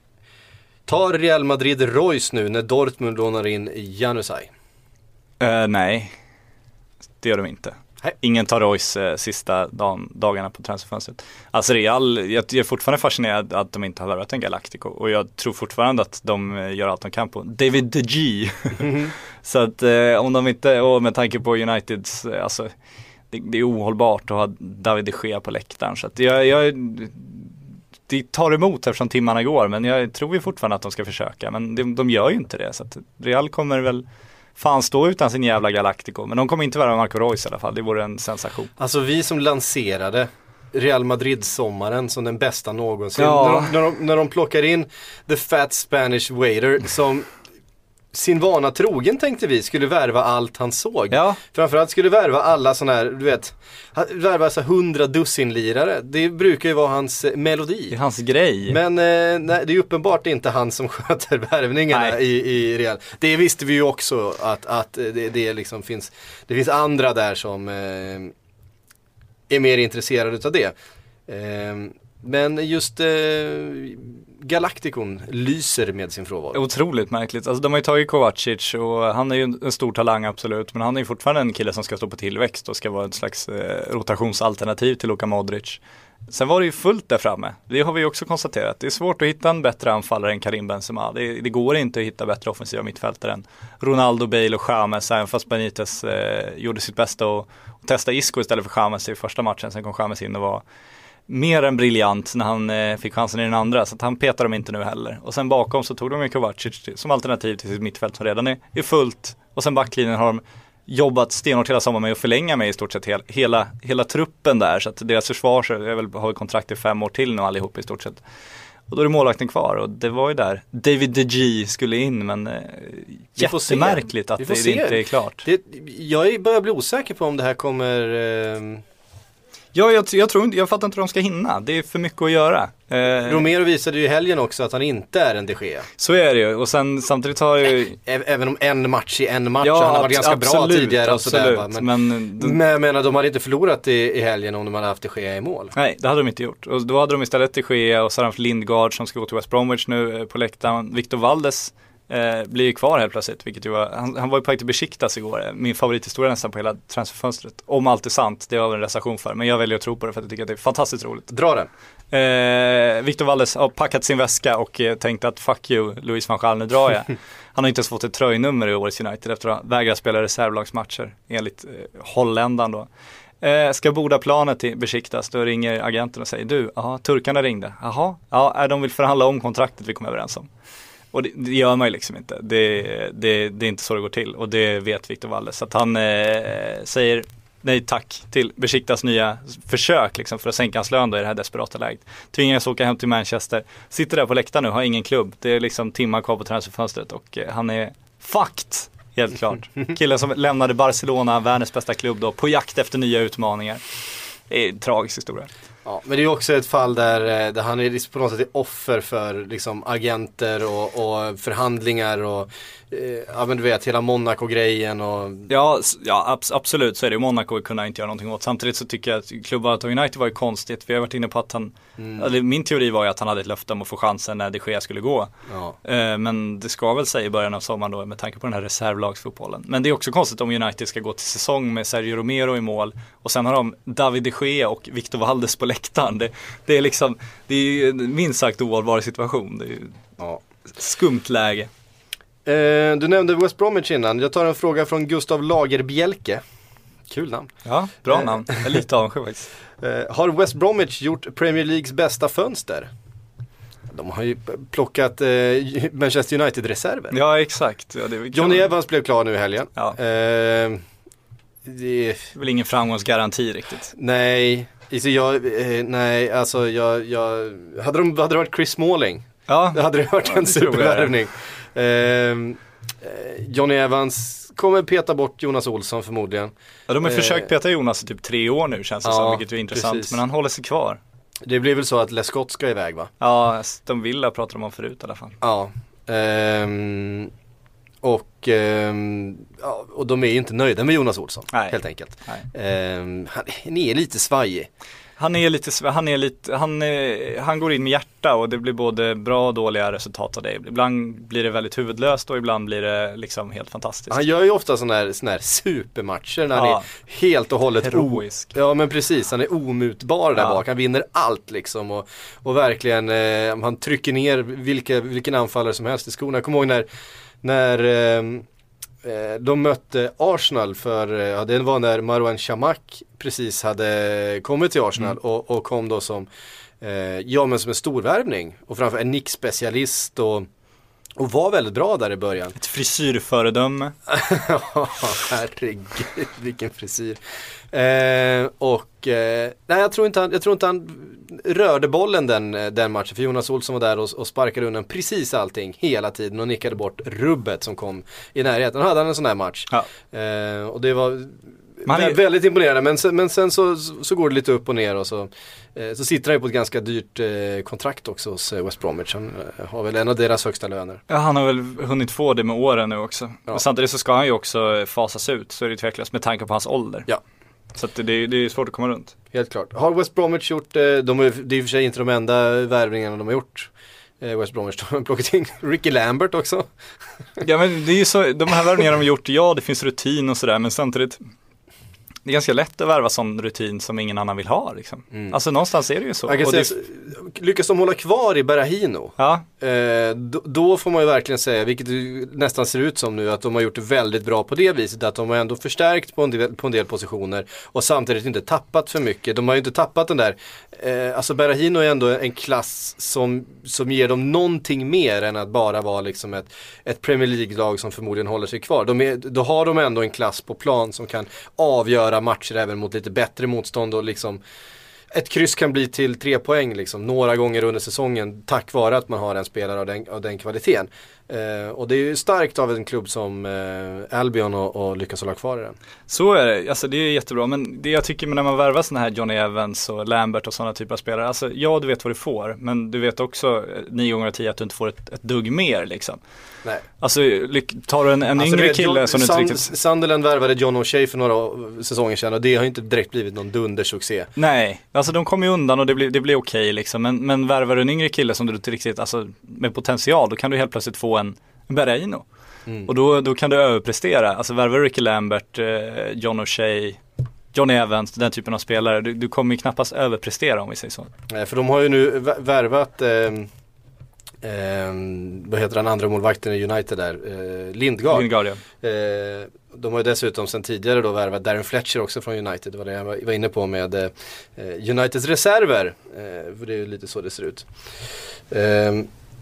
Tar Real Madrid Royce nu när Dortmund lånar in Janusaj? Uh, nej, det gör de inte. Hej. Ingen tar Royce eh, sista dag, dagarna på transferfönstret. Alltså Real, jag, jag är fortfarande fascinerad att de inte har värvat en Galactico. Och jag tror fortfarande att de eh, gör allt de kan på David De Gea. Mm-hmm. Så att eh, om de inte, och med tanke på Uniteds, eh, alltså det, det är ohållbart att ha David De Gea på läktaren. Så att jag, jag det tar emot eftersom timmarna går. Men jag tror ju fortfarande att de ska försöka. Men de, de gör ju inte det. Så att Real kommer väl fan stå utan sin jävla Galactico. Men de kommer inte vara Marco Reus i alla fall, det vore en sensation. Alltså vi som lanserade Real Madrid-sommaren som den bästa någonsin. Ja. När, de, när, de, när de plockar in The Fat Spanish Waiter som sin vana trogen tänkte vi skulle värva allt han såg. Ja. Framförallt skulle värva alla sådana här, du vet, värva så hundra dussinlirare. Det brukar ju vara hans eh, melodi. Det är hans grej. Men eh, nej, det är uppenbart inte han som sköter värvningarna i, i Real. Det visste vi ju också att, att det, det liksom finns, det finns andra där som eh, är mer intresserade av det. Eh, men just eh, Galacticon lyser med sin frånvaro. Otroligt märkligt. Alltså de har ju tagit Kovacic och han är ju en stor talang absolut, men han är ju fortfarande en kille som ska stå på tillväxt och ska vara ett slags eh, rotationsalternativ till Luka Modric. Sen var det ju fullt där framme. Det har vi ju också konstaterat. Det är svårt att hitta en bättre anfallare än Karim Benzema. Det, det går inte att hitta bättre offensiva mittfältare än Ronaldo, Bale och James, även fast Benitez eh, gjorde sitt bästa och, och testa Isco istället för James i första matchen. Sen kom James in och var mer än briljant när han eh, fick chansen i den andra, så att han petar dem inte nu heller. Och sen bakom så tog de ju Kovacic som alternativ till sitt mittfält som redan är, är fullt. Och sen backlinjen har de jobbat stenhårt hela sommaren med att förlänga med i stort sett hela, hela, hela truppen där, så att deras försvar så är väl, har kontrakt i fem år till nu allihop i stort sett. Och då är det målvakten kvar och det var ju där David De Gea skulle in, men eh, jättemärkligt att det, det inte är klart. Det, jag börjar bli osäker på om det här kommer... Eh... Ja, jag, jag tror inte, jag fattar inte hur de ska hinna. Det är för mycket att göra. Eh, Romero visade ju i helgen också att han inte är en De Gea. Så är det ju. Och sen samtidigt har ju... Ä- Även om en match i en match, Ja, han har varit ganska absolut, bra tidigare och absolut, sådär. Va? Men, men, men jag menar, de hade inte förlorat i, i helgen om de hade haft De Gea i mål. Nej, det hade de inte gjort. Och då hade de istället De Gea och så hade de haft Lindgard som ska gå till West Bromwich nu eh, på läktaren. Victor Valdes eh, blir ju kvar helt plötsligt. Vilket ju var, han, han var ju på väg till Besiktas igår. Min favorithistoria nästan på hela transferfönstret. Om allt är sant, det har jag en recension för. Men jag väljer att tro på det för att jag tycker att det är fantastiskt roligt. Dra den. Eh, Victor Valdes har packat sin väska och eh, tänkt att fuck you, Louis van Gaal, nu drar jag. Han har inte ens fått ett tröjnummer i årets United efter att vägra spela reservlagsmatcher enligt eh, holländan då. Eh, ska borda planet till Besiktas, då ringer agenten och säger du, aha, turkarna ringde. Jaha, ja, de vill förhandla om kontraktet vi kom överens om. Och det, det gör man ju liksom inte. Det, det, det är inte så det går till. Och det vet Victor Valdes. Så att han eh, säger nej tack till Besiktas nya försök liksom, för att sänka hans lön då i det här desperata läget. Tvingas åka hem till Manchester. Sitter där på läktaren nu, har ingen klubb. Det är liksom timmar kvar på transferfönstret och eh, han är fucked. Helt klart. Killen som lämnade Barcelona, världens bästa klubb då, på jakt efter nya utmaningar. Det är en tragisk historia. Ja, men det är också ett fall där, där han är på något sätt offer för liksom, agenter och, och förhandlingar och eh, ja men du vet, hela Monaco-grejen och... Ja, ja abs- absolut så är det. Monaco kunde inte göra någonting åt. Samtidigt så tycker jag att klubbat av United var ju konstigt. Vi har varit inne på att han, mm. eller min teori var ju att han hade ett löfte om att få chansen när De Gea skulle gå. Ja. Eh, men det ska väl säga i början av sommaren då med tanke på den här reservlagsfotbollen. Men det är också konstigt om United ska gå till säsong med Sergio Romero i mål och sen har de David De Gea och Victor Valdes på läktaren. Det, det är liksom, det är ju en minst sagt oallvarlig situation. Det är ju ja. skumt läge. Eh, du nämnde West Bromwich innan. Jag tar en fråga från Gustav Lagerbjälke. Kul namn. Ja, bra namn. Jag är lite avundsjuk faktiskt. Eh, har West Bromwich gjort Premier Leagues bästa fönster? De har ju plockat eh, Manchester United-reserver. Ja, exakt. Ja, det är Johnny Evans blev klar nu i helgen. Ja. Eh, det är väl ingen framgångsgaranti riktigt. Nej, alltså jag, eh, nej, alltså jag, jag hade, de, hade det varit Chris Smalling, ja. det hade det varit ja, en supervärvning. Eh, Johnny Evans kommer peta bort Jonas Olsson förmodligen. Ja, de har eh, försökt peta Jonas i typ tre år nu känns det ja, som, vilket är intressant. Precis. Men han håller sig kvar. Det blir väl så att Les Scott ska iväg, va? Ja, de Villa pratar de om förut i alla fall. Ja, ehm, och, ehm, ja, och de är ju inte nöjda med Jonas Olsson, Nej. helt enkelt. Nej. Ehm, han, han är lite svajig. Han är lite, han är lite, han, är, han går in med hjärta och det blir både bra och dåliga resultat av det. Ibland blir det väldigt huvudlöst och ibland blir det liksom helt fantastiskt. Han gör ju ofta sådana här, såna här supermatcher när ja. han är helt och hållet heroisk. O- ja men precis, han är omutbar där ja. bak. Han vinner allt liksom och, och verkligen eh, han trycker ner vilka, vilken anfallare som helst i skorna. Jag kommer ihåg när, när eh, de mötte Arsenal för, ja, det var när Marouane Chamakh precis hade kommit till Arsenal mm. och, och kom då som eh, ja men som en storvärvning och framför en nickspecialist och Och var väldigt bra där i början. Ett frisyrföredöme. Herregud, vilken frisyr. Eh, och eh, nej, jag tror inte han, jag tror inte han rörde bollen den, den matchen. För Jonas Olsson var där och, och sparkade undan precis allting hela tiden och nickade bort rubbet som kom i närheten. Då hade han en sån här match. Ja. Eh, och det var Man är... väldigt imponerande. Men sen, men sen så, så går det lite upp och ner och så, eh, så sitter han ju på ett ganska dyrt eh, kontrakt också hos West Bromwich. Han eh, har väl en av deras högsta löner. Ja, han har väl hunnit få det med åren nu också. Ja. Men samtidigt så ska han ju också fasas ut, så är det tveklöst med tanke på hans ålder. Ja. Så att det, det är svårt att komma runt. Helt klart. Har West Bromwich gjort, eh, de är, det är i och för sig inte de enda värvningarna de har gjort. Eh, West Bromwich, de har plockat in Ricky Lambert också. Ja, men det är ju så, de här värvningarna de har gjort, ja det finns rutin och sådär, men samtidigt det är ganska lätt att värva sån rutin som ingen annan vill ha liksom. Mm. Alltså någonstans är det ju så. Jag kan och säga, det... Lyckas de hålla kvar i Berahino, ja. eh, då, då får man ju verkligen säga, vilket det nästan ser ut som nu, att de har gjort det väldigt bra på det viset, att de har ändå förstärkt på en del, på en del positioner och samtidigt inte tappat för mycket. De har ju inte tappat den där, eh, alltså Berahino är ändå en klass som, som ger dem någonting mer än att bara vara liksom ett, ett Premier League-lag som förmodligen håller sig kvar. De är, då har de ändå en klass på plan som kan avgöra matcher även mot lite bättre motstånd och liksom ett kryss kan bli till tre poäng liksom, några gånger under säsongen tack vare att man har en spelare av den, av den kvaliteten. Eh, och det är ju starkt av en klubb som eh, Albion och, och lyckas hålla kvar i den. Så är det, alltså det är jättebra, men det jag tycker när man värvar såna här Johnny Evans och Lambert och sådana typer av spelare, alltså ja du vet vad du får, men du vet också nio gånger av tio att du inte får ett, ett dugg mer liksom. Nej. Alltså tar du en, en alltså, yngre vet, kille John, som Sand, inte riktigt... Sunderland värvade John O'Shea för några säsonger sedan och det har inte direkt blivit någon dundersuccé. Nej, alltså de kommer ju undan och det blir, det blir okej liksom, men, men värvar du en yngre kille som du inte riktigt, alltså med potential, då kan du helt plötsligt få en Berahino. Mm. Och då, då kan du överprestera. Alltså värvar Ricky Lambert, eh, John O'Shea, Johnny Evans, den typen av spelare. Du, du kommer ju knappast överprestera om vi säger så. Nej, för de har ju nu värvat, eh, eh, vad heter den andra målvakten i United där? Eh, Lindgard. Lindgard ja. eh, de har ju dessutom sedan tidigare då värvat Darren Fletcher också från United. Det var det jag var inne på med eh, Uniteds reserver. Eh, för det är ju lite så det ser ut. Eh,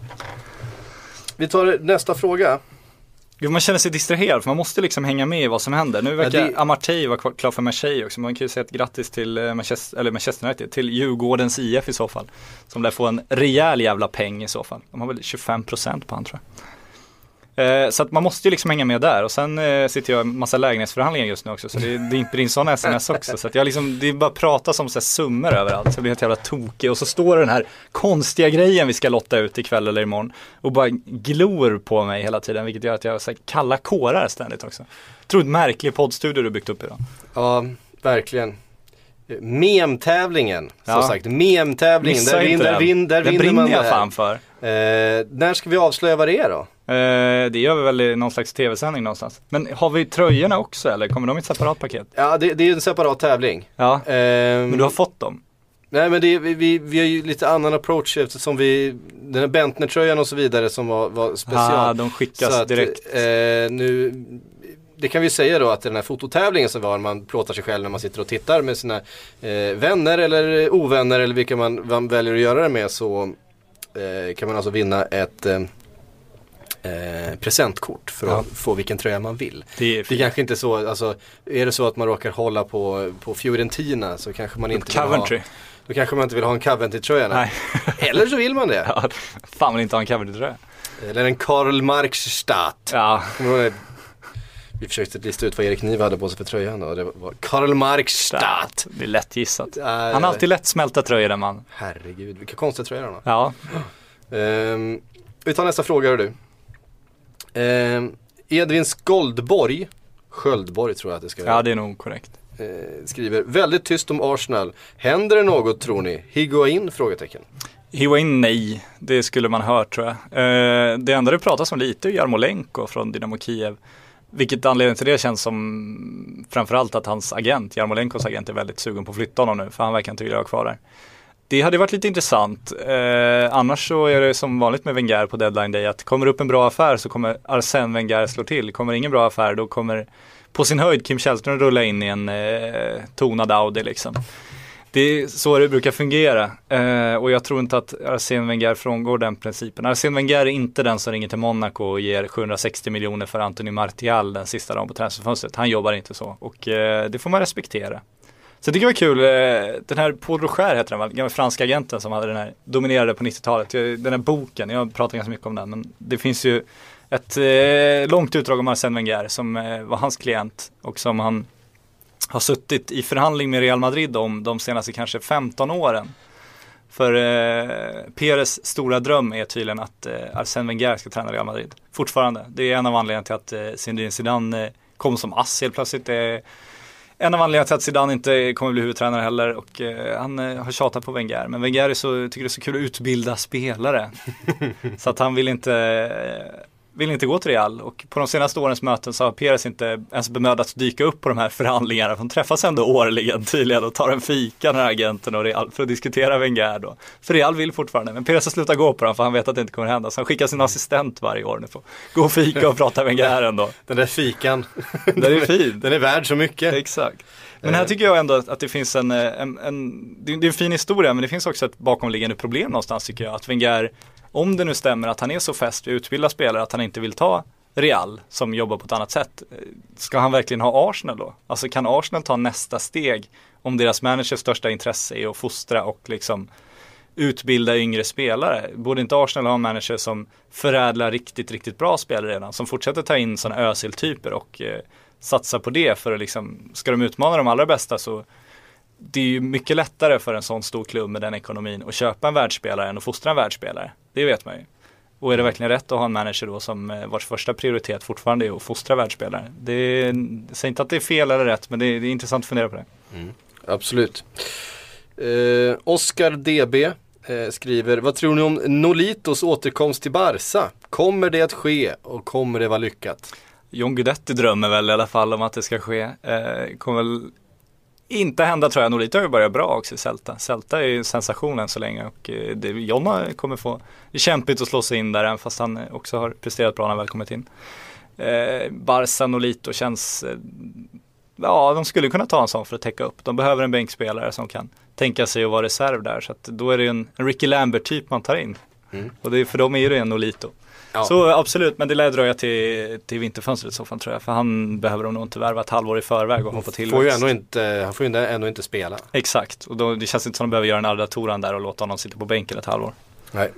Vi tar nästa fråga. Man känner sig distraherad för man måste liksom hänga med i vad som händer. Nu verkar ja, det... Amartey vara klar för Marseille också. Man kan ju säga ett grattis till Manchester, eller Manchester United, till Djurgårdens I F i så fall. Som lär få en rejäl jävla peng i så fall. De har väl tjugofem procent på han tror jag. Eh, så att man måste ju liksom hänga med där. Och sen eh, sitter jag i massa lägenhetsförhandlingar just nu också. Så det, det är in sådana sms också. Så att jag liksom, det är bara prata som så här summor överallt. Så jag blir helt jävla tokig. Och så står den här konstiga grejen vi ska lotta ut ikväll eller imorgon. Och bara glor på mig hela tiden. Vilket gör att jag har så här kalla kårar ständigt också. Tror ett märklig poddstudio du byggt upp idag. Ja, verkligen. Mem-tävlingen, ja. Som sagt, mem-tävlingen, där, vin, där, vin, där den vinner man jag det fan för. Eh, när ska vi avslöja vad det är då? Eh, det gör vi väl i någon slags tv-sändning någonstans. Men har vi tröjorna också eller kommer de i ett separat paket? Ja, det, det är en separat tävling. Ja, eh, men du har fått dem? Nej, men det, vi, vi, vi har ju lite annan approach eftersom vi, den här Bentner-tröjan och så vidare som var, var special. Ja, de skickas så att, direkt. Eh, nu... Det kan vi säga då att den här fototävlingen som var man plåtar sig själv när man sitter och tittar med sina eh, vänner eller ovänner eller vilka man, man väljer att göra det med, så eh, kan man alltså vinna ett eh, eh, presentkort för att ja. få vilken tröja man vill. Det är, det är kanske inte så, alltså är det så att man råkar hålla på, på Fiorentina så kanske man inte Coventry. vill ha, då kanske man inte vill ha en Coventry-tröja. Nej. Eller så vill man det. Ja, fan man inte ha en Coventry-tröja. Eller en Karl Marx-Stadt. Ja. Vi försökte lista ut vad Erik Niva hade på sig för tröjan och det var Karl Marx-Stadt. Det är lätt gissat. Äh, han har alltid lätt smälta tröjor den man. Herregud, vilka konstiga tröjor han har. Ja. Um, vi tar nästa fråga du. Um, Edvin Skoldborg, Sköldborg tror jag att det ska vara. Ja, det är nog korrekt. Uh, skriver, väldigt tyst om Arsenal. Händer det något tror ni? Higuain? Frågetecken. Higuain nej, det skulle man hört tror jag. Uh, det enda det pratas om lite är Jarmolenko från Dynamo Kiev. Vilket anledning till det känns som framförallt att hans agent, Jarmolenkos agent, är väldigt sugen på att flytta honom nu. För han verkar inte vilja vara kvar där. Det hade varit lite intressant. Eh, annars så är det som vanligt med Wenger på deadline day. Att kommer upp en bra affär så kommer Arsène Wenger slå till. Kommer ingen bra affär då kommer på sin höjd Kim Källström rulla in i en eh, tonad Audi liksom. Det är så det brukar fungera eh, och jag tror inte att Arsène Wenger frångår den principen. Arsène Wenger är inte den som ringer till Monaco och ger sjuhundrasextio miljoner för Anthony Martial den sista dagen på transferfönstret. Han jobbar inte så och eh, det får man respektera. Så jag tycker det var kul, eh, den här Paul Rocher heter den, gamla franska agenten som hade den här, dominerade på nittiotalet. Den här boken, jag pratar ganska mycket om den, men det finns ju ett eh, långt utdrag om Arsène Wenger som eh, var hans klient och som han har suttit i förhandling med Real Madrid om de senaste kanske femton åren. För eh, Pérez stora dröm är tydligen att eh, Arsène Wenger ska träna Real Madrid. Fortfarande. Det är en av anledningarna till att eh, Zinedine Zidane eh, kom som ass helt plötsligt. Det är en av anledningarna till att Zidane inte kommer bli huvudtränare heller. Och eh, han eh, har tjatat på Wenger. Men Wenger är så, tycker det är så kul att utbilda spelare. Så att han vill inte... Eh, vill inte gå till Real och på de senaste årens möten så har Pérez inte ens bemödats dyka upp på de här förhandlingarna. De träffas ändå årligen tydligen och tar en fika när agenten och Real för att diskutera Wenger då. För Real vill fortfarande, men Pérez har slutat gå på dem för han vet att det inte kommer hända. Så han skickar sin assistent varje år nu för gå och fika och prata Wenger ändå. Den där fikan, den är fin. Den är värd så mycket. Exakt. Men här tycker jag ändå att det finns en, en, en det är en fin historia, men det finns också ett bakomliggande problem någonstans tycker jag. Att Wenger, om det nu stämmer att han är så fäst vid utbilda spelare att han inte vill ta Real som jobbar på ett annat sätt, ska han verkligen ha Arsenal då? Alltså kan Arsenal ta nästa steg om deras managers största intresse är att fostra och liksom utbilda yngre spelare? Borde inte Arsenal ha en manager som förädlar riktigt, riktigt bra spelare redan, som fortsätter ta in sådana Özil-typer och eh, satsa på det för att liksom, ska de utmana de allra bästa så det är ju mycket lättare för en sån stor klubb med den ekonomin att köpa en världsspelare än att fostra en världsspelare. Det vet man ju. Och är det verkligen rätt att ha en manager då som vars första prioritet fortfarande är att fostra världsspelare? Det är, jag säger inte att det är fel eller rätt, men det är, det är intressant att fundera på det. Mm, absolut. Eh, Oscar D B eh, skriver, vad tror ni om Nolitos återkomst till Barca? Kommer det att ske och kommer det vara lyckat? John Guidetti drömmer väl i alla fall om att det ska ske. Eh, kommer väl inte hända tror jag. Nolito har ju börjat bra också i Celta. Celta är ju sensationen så länge och eh, det, Jonna kommer få det är kämpigt att slå sig in där även fast han också har presterat bra när han väl kommit in. Eh, Barca, Nolito känns eh, ja, de skulle kunna ta en sån för att täcka upp. De behöver en bänkspelare som kan tänka sig att vara reserv där, så att då är det ju en, en Ricky Lambert-typ man tar in. Mm. Och det är, för dem är det en Nolito. Ja. Så absolut, men det lär dröja till, till vinterfönstret i så fall tror jag. För han behöver de nog inte värva ett halvår i förväg och hoppa till. Får ju ändå inte, han får ju ändå inte spela. Exakt, och då, det känns inte som att de behöver göra en Arda Turan där och låta honom sitta på bänken ett halvår. Nej.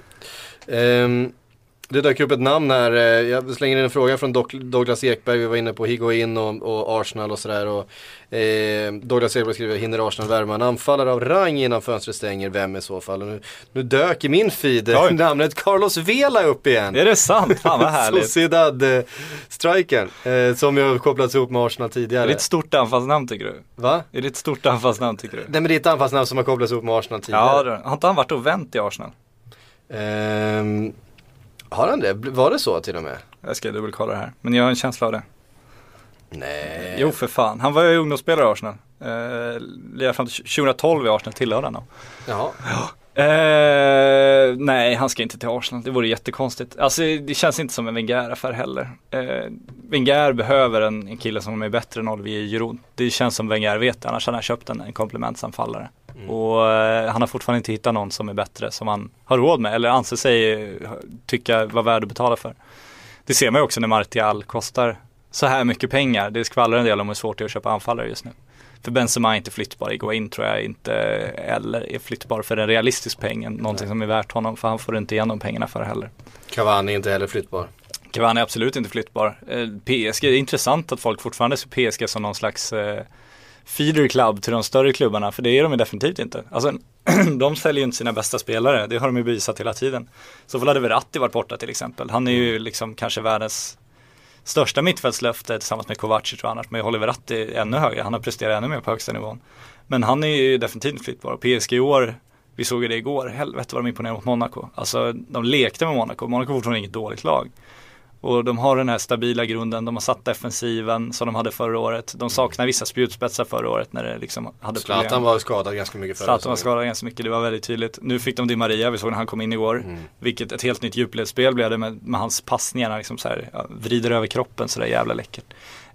Um, det dök upp ett namn här. Jag slänger in en fråga från Douglas Ekberg. Vi var inne på Higuain och, och Arsenal och sådär. Och, eh, Douglas Ekberg skriver, hinner Arsenal värma en anfallare av rang innan fönstret stänger? Vem i så fall? Och nu, nu dök i min feed Oj. namnet Carlos Vela upp igen. Är det sant? Fan vad härligt. Sociedad-strikern eh, som jag har kopplats ihop med Arsenal tidigare. Är det ett stort anfallsnamn tycker du? Va? Är det ett stort anfallsnamn tycker du? Nej, men det är ett anfallsnamn som har kopplats ihop med Arsenal tidigare. Ja, har inte han varit och vänt i Arsenal? Ehm... Har han det? Var det så till och med? Jag ska dubbelkolla det här. Men jag har en känsla av det. Nej. Jo för fan. Han var ju ungdomsspelare i Arsenal. Eh, fram till tjugohundratolv i Arsenal tillhörde han. Jaha. Ja. Eh, nej, han ska inte till Arsenal. Det vore jättekonstigt. Alltså det känns inte som en Wenger-affär heller. Eh, Wenger behöver en, en kille som är bättre än Olivier Giroud. Det känns som Wenger vet. Annars hade han köpt en, en komplementsanfallare. Mm. Och eh, han har fortfarande inte hittat någon som är bättre som han har råd med eller anser sig tycka var värd att betala för. Det ser man ju också när Martial kostar så här mycket pengar. Det skvallrar en del om hur svårt det är att köpa anfallare just nu. För Benzema är inte flyttbar, Higuain tror jag inte eller är flyttbar för en realistisk peng, någonting som är värt honom, för han får inte igen de pengarna för heller. Cavani är inte heller flyttbar. Cavani är absolut inte flyttbar. Eh, P S G, det är intressant att folk fortfarande ser P S G som någon slags eh, feeder club till de större klubbarna, för det är de ju definitivt inte. Alltså, de säljer ju inte sina bästa spelare, det har de ju bevisat hela tiden. Så får Verratti varit borta till exempel. Han är ju liksom kanske världens största mittfältslöfte tillsammans med Kovacic och annars, men jag håller Verratti ännu högre. Han har presterat ännu mer på högsta nivån. Men han är ju definitivt flyttbar. P S G i år, vi såg det igår, helvete vad de imponerade mot Monaco. Alltså de lekte med Monaco. Monaco var fortfarande inget dåligt lag. Och de har den här stabila grunden, de har satt defensiven som de hade förra året. De saknar vissa spjutspetsar förra året när det liksom hade problem. Zlatan var skadad ganska mycket förra Zlatan var skadad ganska mycket, det var väldigt tydligt. Nu fick de Di Maria, vi såg när han kom in igår. Mm. Vilket ett helt nytt djupledsspel blev det med, med hans passningar liksom så här, ja, vrider över kroppen så där jävla läckert.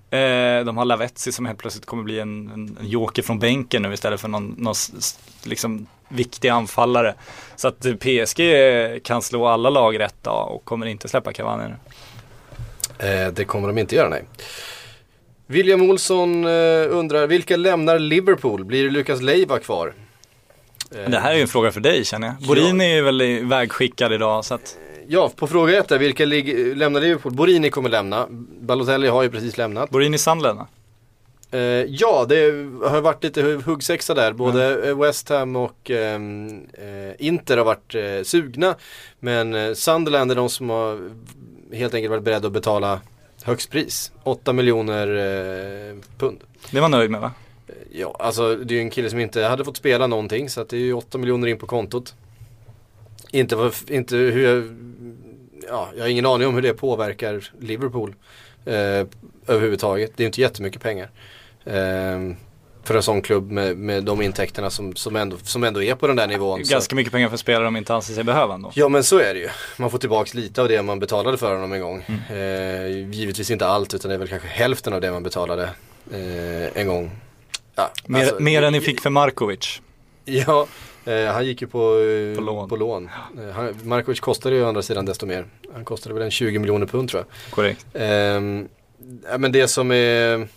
Eh, de har Lavezzi som helt plötsligt kommer bli en, en, en joker från bänken nu istället för någon, någon liksom viktig anfallare. Så att P S G kan slå alla lag rätt då och kommer inte släppa Cavani nu. Eh, det kommer de inte göra, nej. William Olsson eh, undrar, vilka lämnar Liverpool? Blir det Lucas Leiva kvar? Eh, det här är ju en fråga för dig, känner jag. Borini är ju väl vägskickad idag, så att... Ja, på fråga ett där, vilka lig- lämnar Liverpool? Borini kommer lämna. Balotelli har ju precis lämnat. Borini Sunderland? Eh, ja, det har varit lite huggsexa där. Både mm. West Ham och eh, Inter har varit eh, sugna. Men eh, Sunderland är de som har helt enkelt varit beredda att betala högst pris. åtta miljoner eh, pund. Det var nöjd med, va? Ja, alltså det är ju en kille som inte hade fått spela någonting, så att det är ju åtta miljoner in på kontot. Inte, var, inte hur jag, ja, jag har ingen aning om hur det påverkar Liverpool eh, överhuvudtaget. Det är inte jättemycket pengar eh, för en sån klubb med, med de intäkterna som, som, ändå, som ändå är på den där nivån. Ganska så. Mycket pengar för spelare de inte anser sig behöva ändå. Ja, men så är det ju. Man får tillbaka lite av det man betalade för honom en gång. Mm. Eh, givetvis inte allt, utan det är väl kanske hälften av det man betalade eh, en gång. Ja, mer, alltså, mer än ni fick för Markovic. Ja, eh, han gick ju på, eh, på lån. På lån. Eh, han, Markovic kostade ju å andra sidan desto mer. Han kostade väl en tjugo miljoner pund, tror jag. Korrekt. Eh, ja, men det som är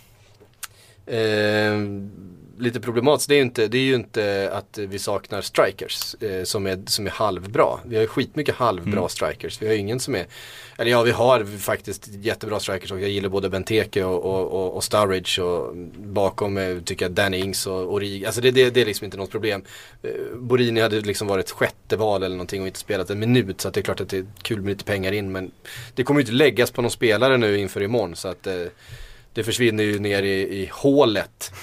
eh, lite problematiskt, det är ju inte, det är ju inte att vi saknar strikers eh, som, är, som är halvbra. Vi har ju skitmycket halvbra mm. strikers. Vi har ju ingen som är, eller ja, vi har faktiskt jättebra strikers, och jag gillar både Benteke och, och, och, och Sturridge, och bakom eh, tycker jag Danny Ings och Origi. Alltså det, det, det är liksom inte något problem. Eh, Borini hade liksom varit ett sjätte val eller någonting och inte spelat en minut, så att det är klart att det är kul med lite pengar in, men det kommer ju inte läggas på någon spelare nu inför imorgon, så att eh, det försvinner ju ner i, i hålet.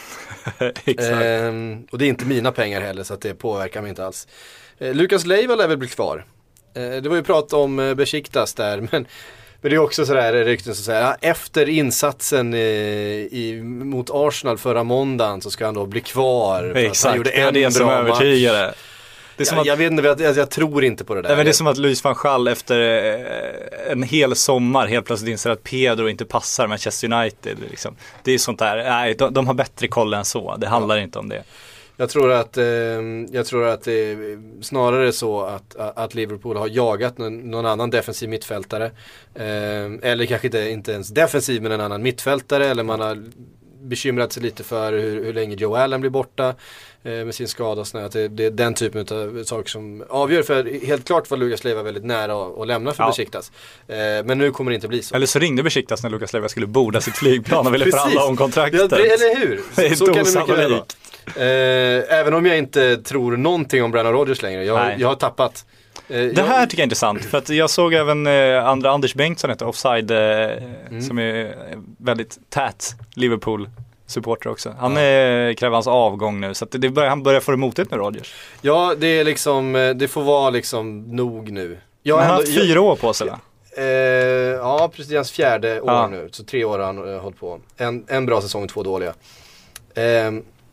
ehm, och det är inte mina pengar heller, så att det påverkar mig inte alls. eh, Lucas Leiva lär väl bli kvar. eh, Det var ju prat om eh, Besiktas där, men, men det är också sådär rykten som säger, ja, efter insatsen eh, i, mot Arsenal förra måndagen så ska han då bli kvar. Exakt, gjorde det är det som övertygade. Det är som ja, att, jag vet inte, jag, jag, jag tror inte på det där. Nej, men det är som att Luis van Gaal efter eh, en hel sommar helt plötsligt inser att Pedro inte passar Manchester United. Liksom. Det är sånt där, nej, de, de har bättre koll än så. Det handlar ja. inte om det. Jag tror att, eh, jag tror att det är snarare så att, att Liverpool har jagat någon, någon annan defensiv mittfältare. Eh, eller kanske inte, inte ens defensiv, men en annan mittfältare. Eller man har bekymrat sig lite för hur, hur länge Joe Allen blir borta eh, med sin skada. Så att det, det är den typen av saker som avgör. För helt klart var Lucas Leiva väldigt nära att, att lämna för ja. Besiktas. Eh, men nu kommer det inte bli så. Eller så ringde Besiktas när Lucas Leiva skulle borda sitt flygplan och ville förhandla om kontraktet. Ja, eller hur? Det är så kan det mycket väl vara. Eh, även om jag inte tror någonting om Brennan Rodgers längre. Jag, jag har tappat. Eh, det här jag... tycker jag är intressant. För att jag såg även eh, andra Anders Bengtsson heter Offside eh, mm. som är väldigt tät Liverpool-supporter också. Han ja. eh, kräver hans avgång nu. Så att det börjar, han börjar få det motigt med Rodgers. Ja, det är liksom, det får vara liksom nog nu. Jag han har ändå, haft fyra jag, år på sig va? Eh, ja, precis, hans fjärde år ja. nu. Så tre år har han eh, hållit på. En, en bra säsong, två dåliga. Eh,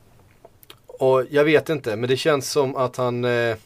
Och jag vet inte, men det känns som att han eh,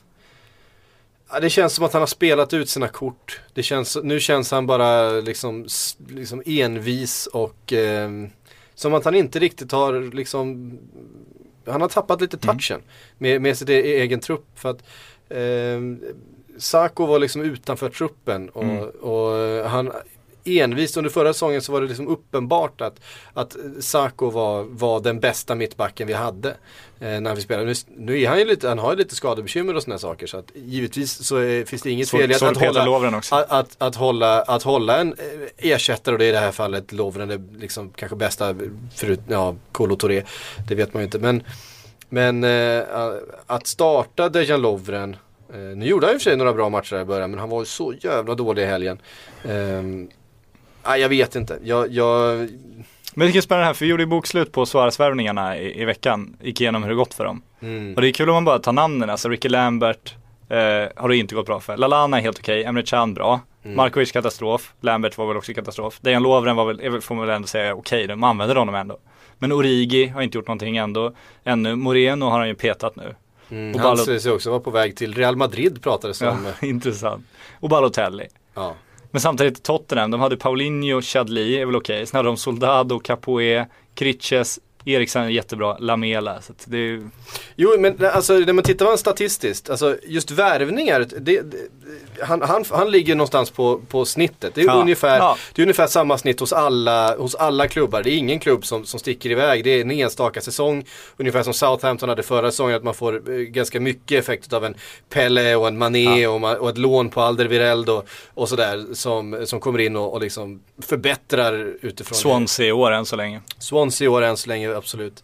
det känns som att han har spelat ut sina kort. Det känns, nu känns han bara liksom, liksom envis och eh, som att han inte riktigt har liksom, han har tappat lite touchen mm. med, med sitt egen trupp. För att eh, Sakho var liksom utanför truppen och, mm. och han envist under förra säsongen så var det liksom uppenbart att, att Sakho var, var den bästa mittbacken vi hade eh, när vi spelade. Nu, nu är han ju lite, han har ju lite skadebekymmer och såna saker, så att givetvis så är, finns det inget så, fel i att, att, att, hålla, också. Att, att, att, hålla, att hålla en ersättare, och det är i det här fallet Lovren är liksom kanske bästa förut, ja, Kolo Touré, det vet man ju inte, men, men eh, att starta Dejan Lovren, eh, nu gjorde han ju för sig några bra matcher där i början, men han var ju så jävla dålig i helgen. eh, Nej, jag vet inte. Jag, jag... Men det är spännande här, för vi gjorde bokslut på Suarez-värvningarna i, i veckan. Gick igenom hur det gått för dem. Mm. Och det är kul om man bara tar namnen. Alltså Ricky Lambert eh, har det inte gått bra för. Lallana är helt okej. Okay. Emre Can bra. Mm. Markovic katastrof. Lambert var väl också katastrof. Dejan Lovren var väl, får man väl ändå säga okej. Okay, de använder honom ändå. Men Origi har inte gjort någonting ändå. Ännu. Moreno har han ju petat nu. Mm, han Ballot... ser också vara på väg till Real Madrid, pratades ja, om. Intressant. Och Balotelli. Ja. Men samtidigt Tottenham, de hade Paulinho, Chadli är väl okej. Okay. Sen hade de Soldado, Capoe, Kritches, Eriksson är jättebra, Lamela. Så att det är... Jo, men alltså när man tittar på statistiskt, alltså just värvningar, det, det, han, han, han ligger någonstans på, på snittet. Det är, ja. ungefär, ja. det är ungefär samma snitt hos alla, hos alla klubbar. Det är ingen klubb som, som sticker iväg. Det är en enstaka säsong, ungefär som Southampton hade förra säsongen, att man får ganska mycket effekt av en Pelle och en Mané ja. och, man, och ett lån på Alderweireld och, och sådär som, som kommer in och, och liksom förbättrar utifrån. Swansea i år än så länge. Swansea i år än så länge, absolut.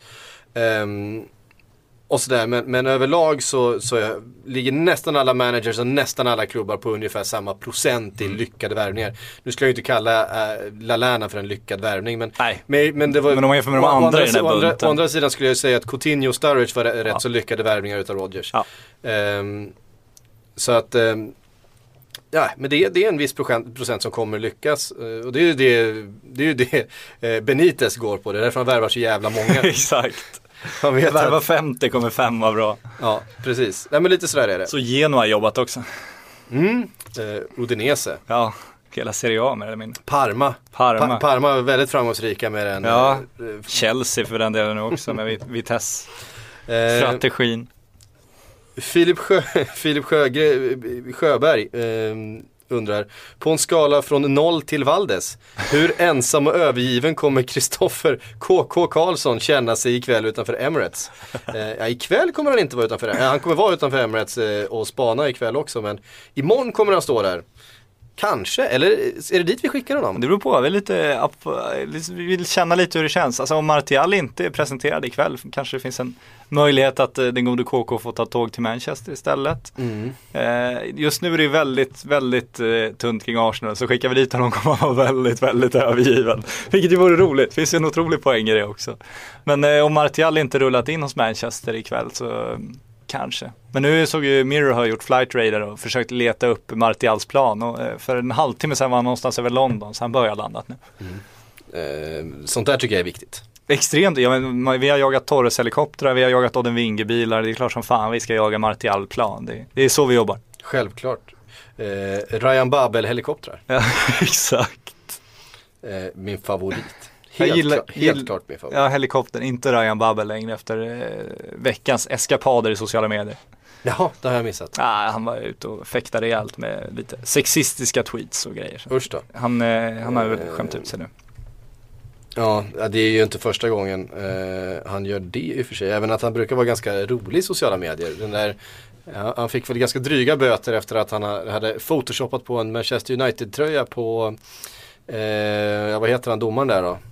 Um, och sådär, men, men överlag så, så jag, ligger nästan alla managers och nästan alla klubbar på ungefär samma procent i lyckade värvningar. Nu skulle jag ju inte kalla äh, Lallana för en lyckad värvning, men, Nej. men, men det var, men om man jämför med de andra, andra i den här bunten. Å andra sidan skulle jag säga att Coutinho och Sturridge var rätt ja. så lyckade värvningar utav Rodgers. Ja. Um, så att um, ja, men det, det är en viss procent, procent som kommer lyckas. Uh, och det är ju det, det, är ju det uh, Benitez går på. Det är därför han värvar så jävla många. Exakt. Man vet värva att... femtio kommer fem vara bra. Ja, precis. Nej, men lite sådär är det. Så Genoa har jobbat också. Mm. Uh, Udinese. Ja, hela Serie A med det min. Parma. Parma. Pa- Parma är väldigt framgångsrika med den. Ja, uh, Chelsea för den delen också med Vitesse. Uh, Strategin. Filip, Sjö, Filip Sjögre, Sjöberg eh, undrar, på en skala från noll till Valdes, hur ensam och övergiven kommer Kristoffer K K Karlsson känna sig ikväll utanför Emirates? Eh, ja, ikväll kommer han inte vara utanför det. Han kommer vara utanför Emirates eh, och spana ikväll också, men imorgon kommer han stå där. Kanske, eller är det dit vi skickar honom? Det beror på, vi, är lite, vi vill känna lite hur det känns. Alltså om Martial inte är presenterad ikväll kanske det finns en möjlighet att den gode K K får ta tåg till Manchester istället. Mm. Just nu är det väldigt, väldigt tunt kring Arsenal, så skickar vi dit honom kommer han vara väldigt, väldigt övergiven. Vilket ju vore roligt, det finns ju en otrolig poäng i det också. Men om Martial inte rullat in hos Manchester ikväll så... Kanske. Men nu såg ju Mirror har gjort Flight Radar och försökt leta upp Martials plan. Och för en halvtimme sedan var han någonstans över London, så han börjar landat nu. Mm. Eh, sånt där tycker jag är viktigt. Extremt. Ja, men vi har jagat Torres-helikoptrar, vi har jagat Odden Winge-bilar. Det är klart som fan vi ska jaga Martial-plan. Det, det är så vi jobbar. Självklart. Eh, Ryan Babel-helikoptrar. Ja, exakt. Eh, min favorit. Helt, gillar, klart, helt gill, klart min favorit. Ja, helikoptern, inte Ryan Babel längre efter eh, veckans eskapader i sociala medier. Jaha, det har jag missat. Ah, han var ute och fäktade rejält med lite sexistiska tweets och grejer. Usch då. Han, eh, han har väl skämt ut sig nu. Ja, det är ju inte första gången eh, han gör det i och för sig. Även att han brukar vara ganska rolig i sociala medier. Den där, ja, han fick väl ganska dryga böter efter att han hade photoshoppat på en Manchester United-tröja på, eh, vad heter han, domaren där då?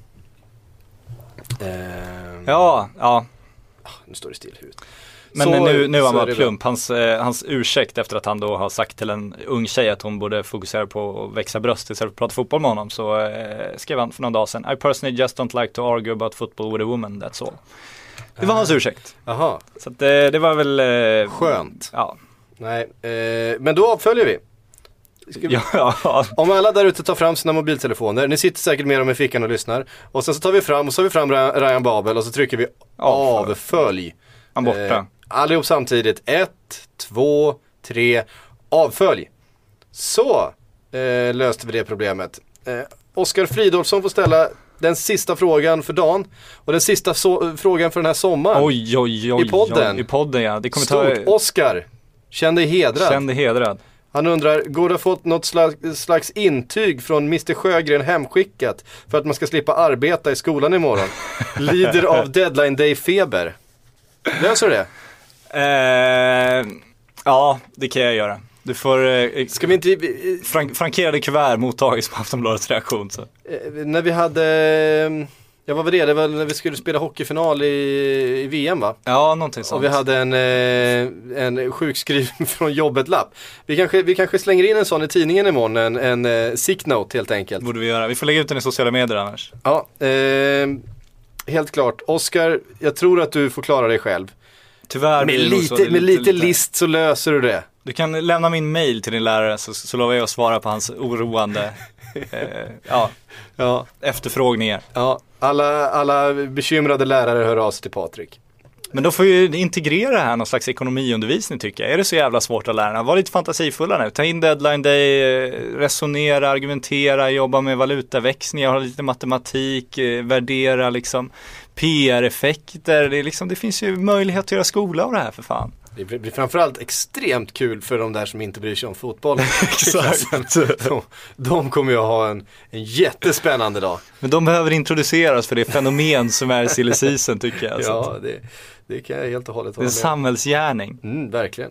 Eh, ja, ja. Ah, nu står det still i huvudet. Men så, nu, nu var man plump. Hans, eh, hans ursäkt efter att han då har sagt till en ung tjej att hon borde fokusera på att växa bröst istället för att prata fotboll med honom, så eh, skrev han för någon dag sedan: I personally just don't like to argue about football with a woman, that's all. Det var hans ursäkt. Jaha. Så att, eh, det var väl... Eh, Skönt. Ja. Nej, eh, men då avföljer vi. Vi, ja. Om alla där ute tar fram sina mobiltelefoner, ni sitter säkert med dem i fickan och lyssnar, och sen så tar vi fram och så tar vi fram Ryan Babel och så trycker vi avfölj. Han borta. Eh, allihop samtidigt. Ett, två, tre, avfölj. Så eh, löste vi det problemet. Eh, Oskar Fridolfsson får ställa den sista frågan för dagen och den sista so- frågan för den här sommaren. Oj, oj, oj, i podden. Oj, i podden, ja. Det kommer Stort. ta... Oskar, känn dig hedrad. Känn dig hedrad. Han undrar, går det att få något slags, slags intyg från mister Sjögren hemskickat för att man ska slippa arbeta i skolan imorgon? Lider av deadline day-feber. Löser du det? Eh, ja, det kan jag göra. Du får eh, Ska vi inte frank- frankerade kuvert mottagits på Aftonbladets reaktion så. Eh, när vi hade... Ja, vad var det? Det var när vi skulle spela hockeyfinal i, i V M, va? Ja, någonting sånt. Och vi hade en, eh, en sjukskriven från jobbet-lapp. Vi kanske, vi kanske slänger in en sån i tidningen imorgon, en, en eh, sick note helt enkelt. Borde vi göra. Vi får lägga ut den i sociala medier annars. Ja, eh, helt klart. Oskar, jag tror att du får klara dig själv. Tyvärr med blir det lite, så, det med lite, lite list så löser du det. Du kan lämna min mail till din lärare så, så lovar jag att svara på hans oroande eh, ja, ja. efterfrågningar. Ja, alla, alla bekymrade lärare hör av sig till Patrik. Men då får ju integrera det här någon slags ekonomiundervisning tycker jag. Är det så jävla svårt att lära? Var lite fantasifulla nu. Ta in deadline day, resonera, argumentera, jobba med valutaväxlingar, ha lite matematik, värdera liksom P R-effekter. Det, är liksom, det finns ju möjlighet att göra skola av det här för fan. Det blir framförallt extremt kul för de där som inte bryr sig om fotboll. Exakt. de, de kommer ju att ha en, en jättespännande dag. Men de behöver introduceras för det fenomen som är silly season tycker jag. Ja, det, det kan jag helt och hållet hålla med. Det är en samhällsgärning. Mm, verkligen.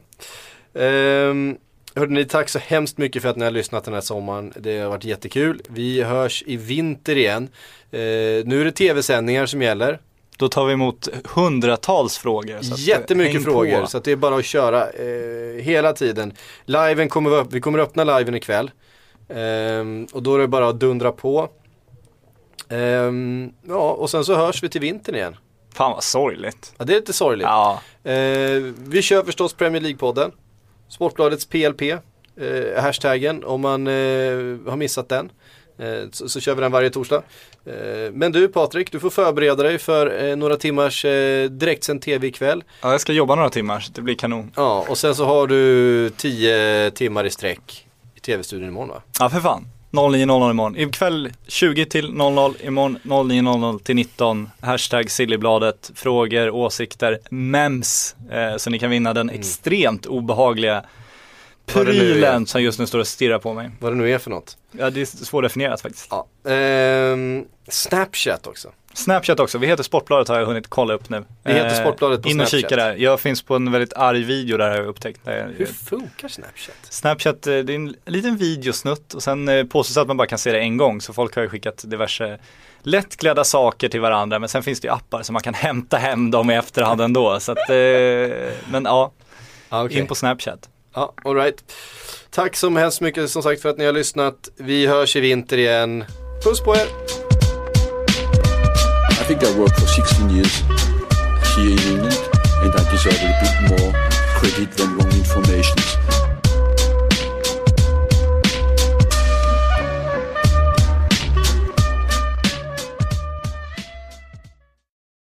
Um, hörde ni, tack så hemskt mycket för att ni har lyssnat den här sommaren. Det har varit jättekul. Vi hörs i vinter igen. Uh, nu är det tv-sändningar som gäller. Då tar vi emot hundratals frågor. Så Jättemycket frågor på. Så att det är bara att köra eh, hela tiden. Liven kommer vi, vi kommer öppna liven ikväll. Ehm, och då är det bara att dundra på. Ehm, ja, och sen så hörs vi till vintern igen. Fan vad sorgligt. Ja, det är lite sorgligt. Ja. Ehm, vi kör förstås Premier League-podden. Sportbladets P L P. Eh, hashtaggen om man eh, har missat den. Så, så kör vi den varje torsdag. Men du Patrik, du får förbereda dig för några timmars direktsänd tv ikväll. Ja, jag ska jobba några timmar så det blir kanon. Ja, och sen så har du tio timmar i sträck i tv-studion imorgon va? Ja, för fan. noll nio noll noll imorgon. Ikväll tjugo till noll noll, imorgon noll nio noll noll till nitton. Hashtag Sillybladet, frågor, åsikter, mems. Eh, så ni kan vinna den mm. extremt obehagliga prylen som just nu står och stirrar på mig. Vad det nu är för något. Ja, det är svårdefinierat faktiskt. Ja. Ehm, Snapchat också. Snapchat också. Vi heter Sportbladet har jag hunnit kolla upp nu. Vi heter Sportbladet på in och Snapchat. kika där. Jag finns på en väldigt arg video där jag har upptäckt. Där Hur funkar Snapchat? Snapchat, det är en liten videosnutt och sen påstås att man bara kan se det en gång. Så folk har ju skickat diverse lättklädda saker till varandra. Men sen finns det ju appar så man kan hämta hem dem i efterhand ändå. Så att, men ja, okay. In på Snapchat. Ja, all right. Tack så hemskt mycket som sagt för att ni har lyssnat. Vi hörs i vinter igen. Puss på er! I think I worked for sixteen years here in England and I deserve a bit more credit than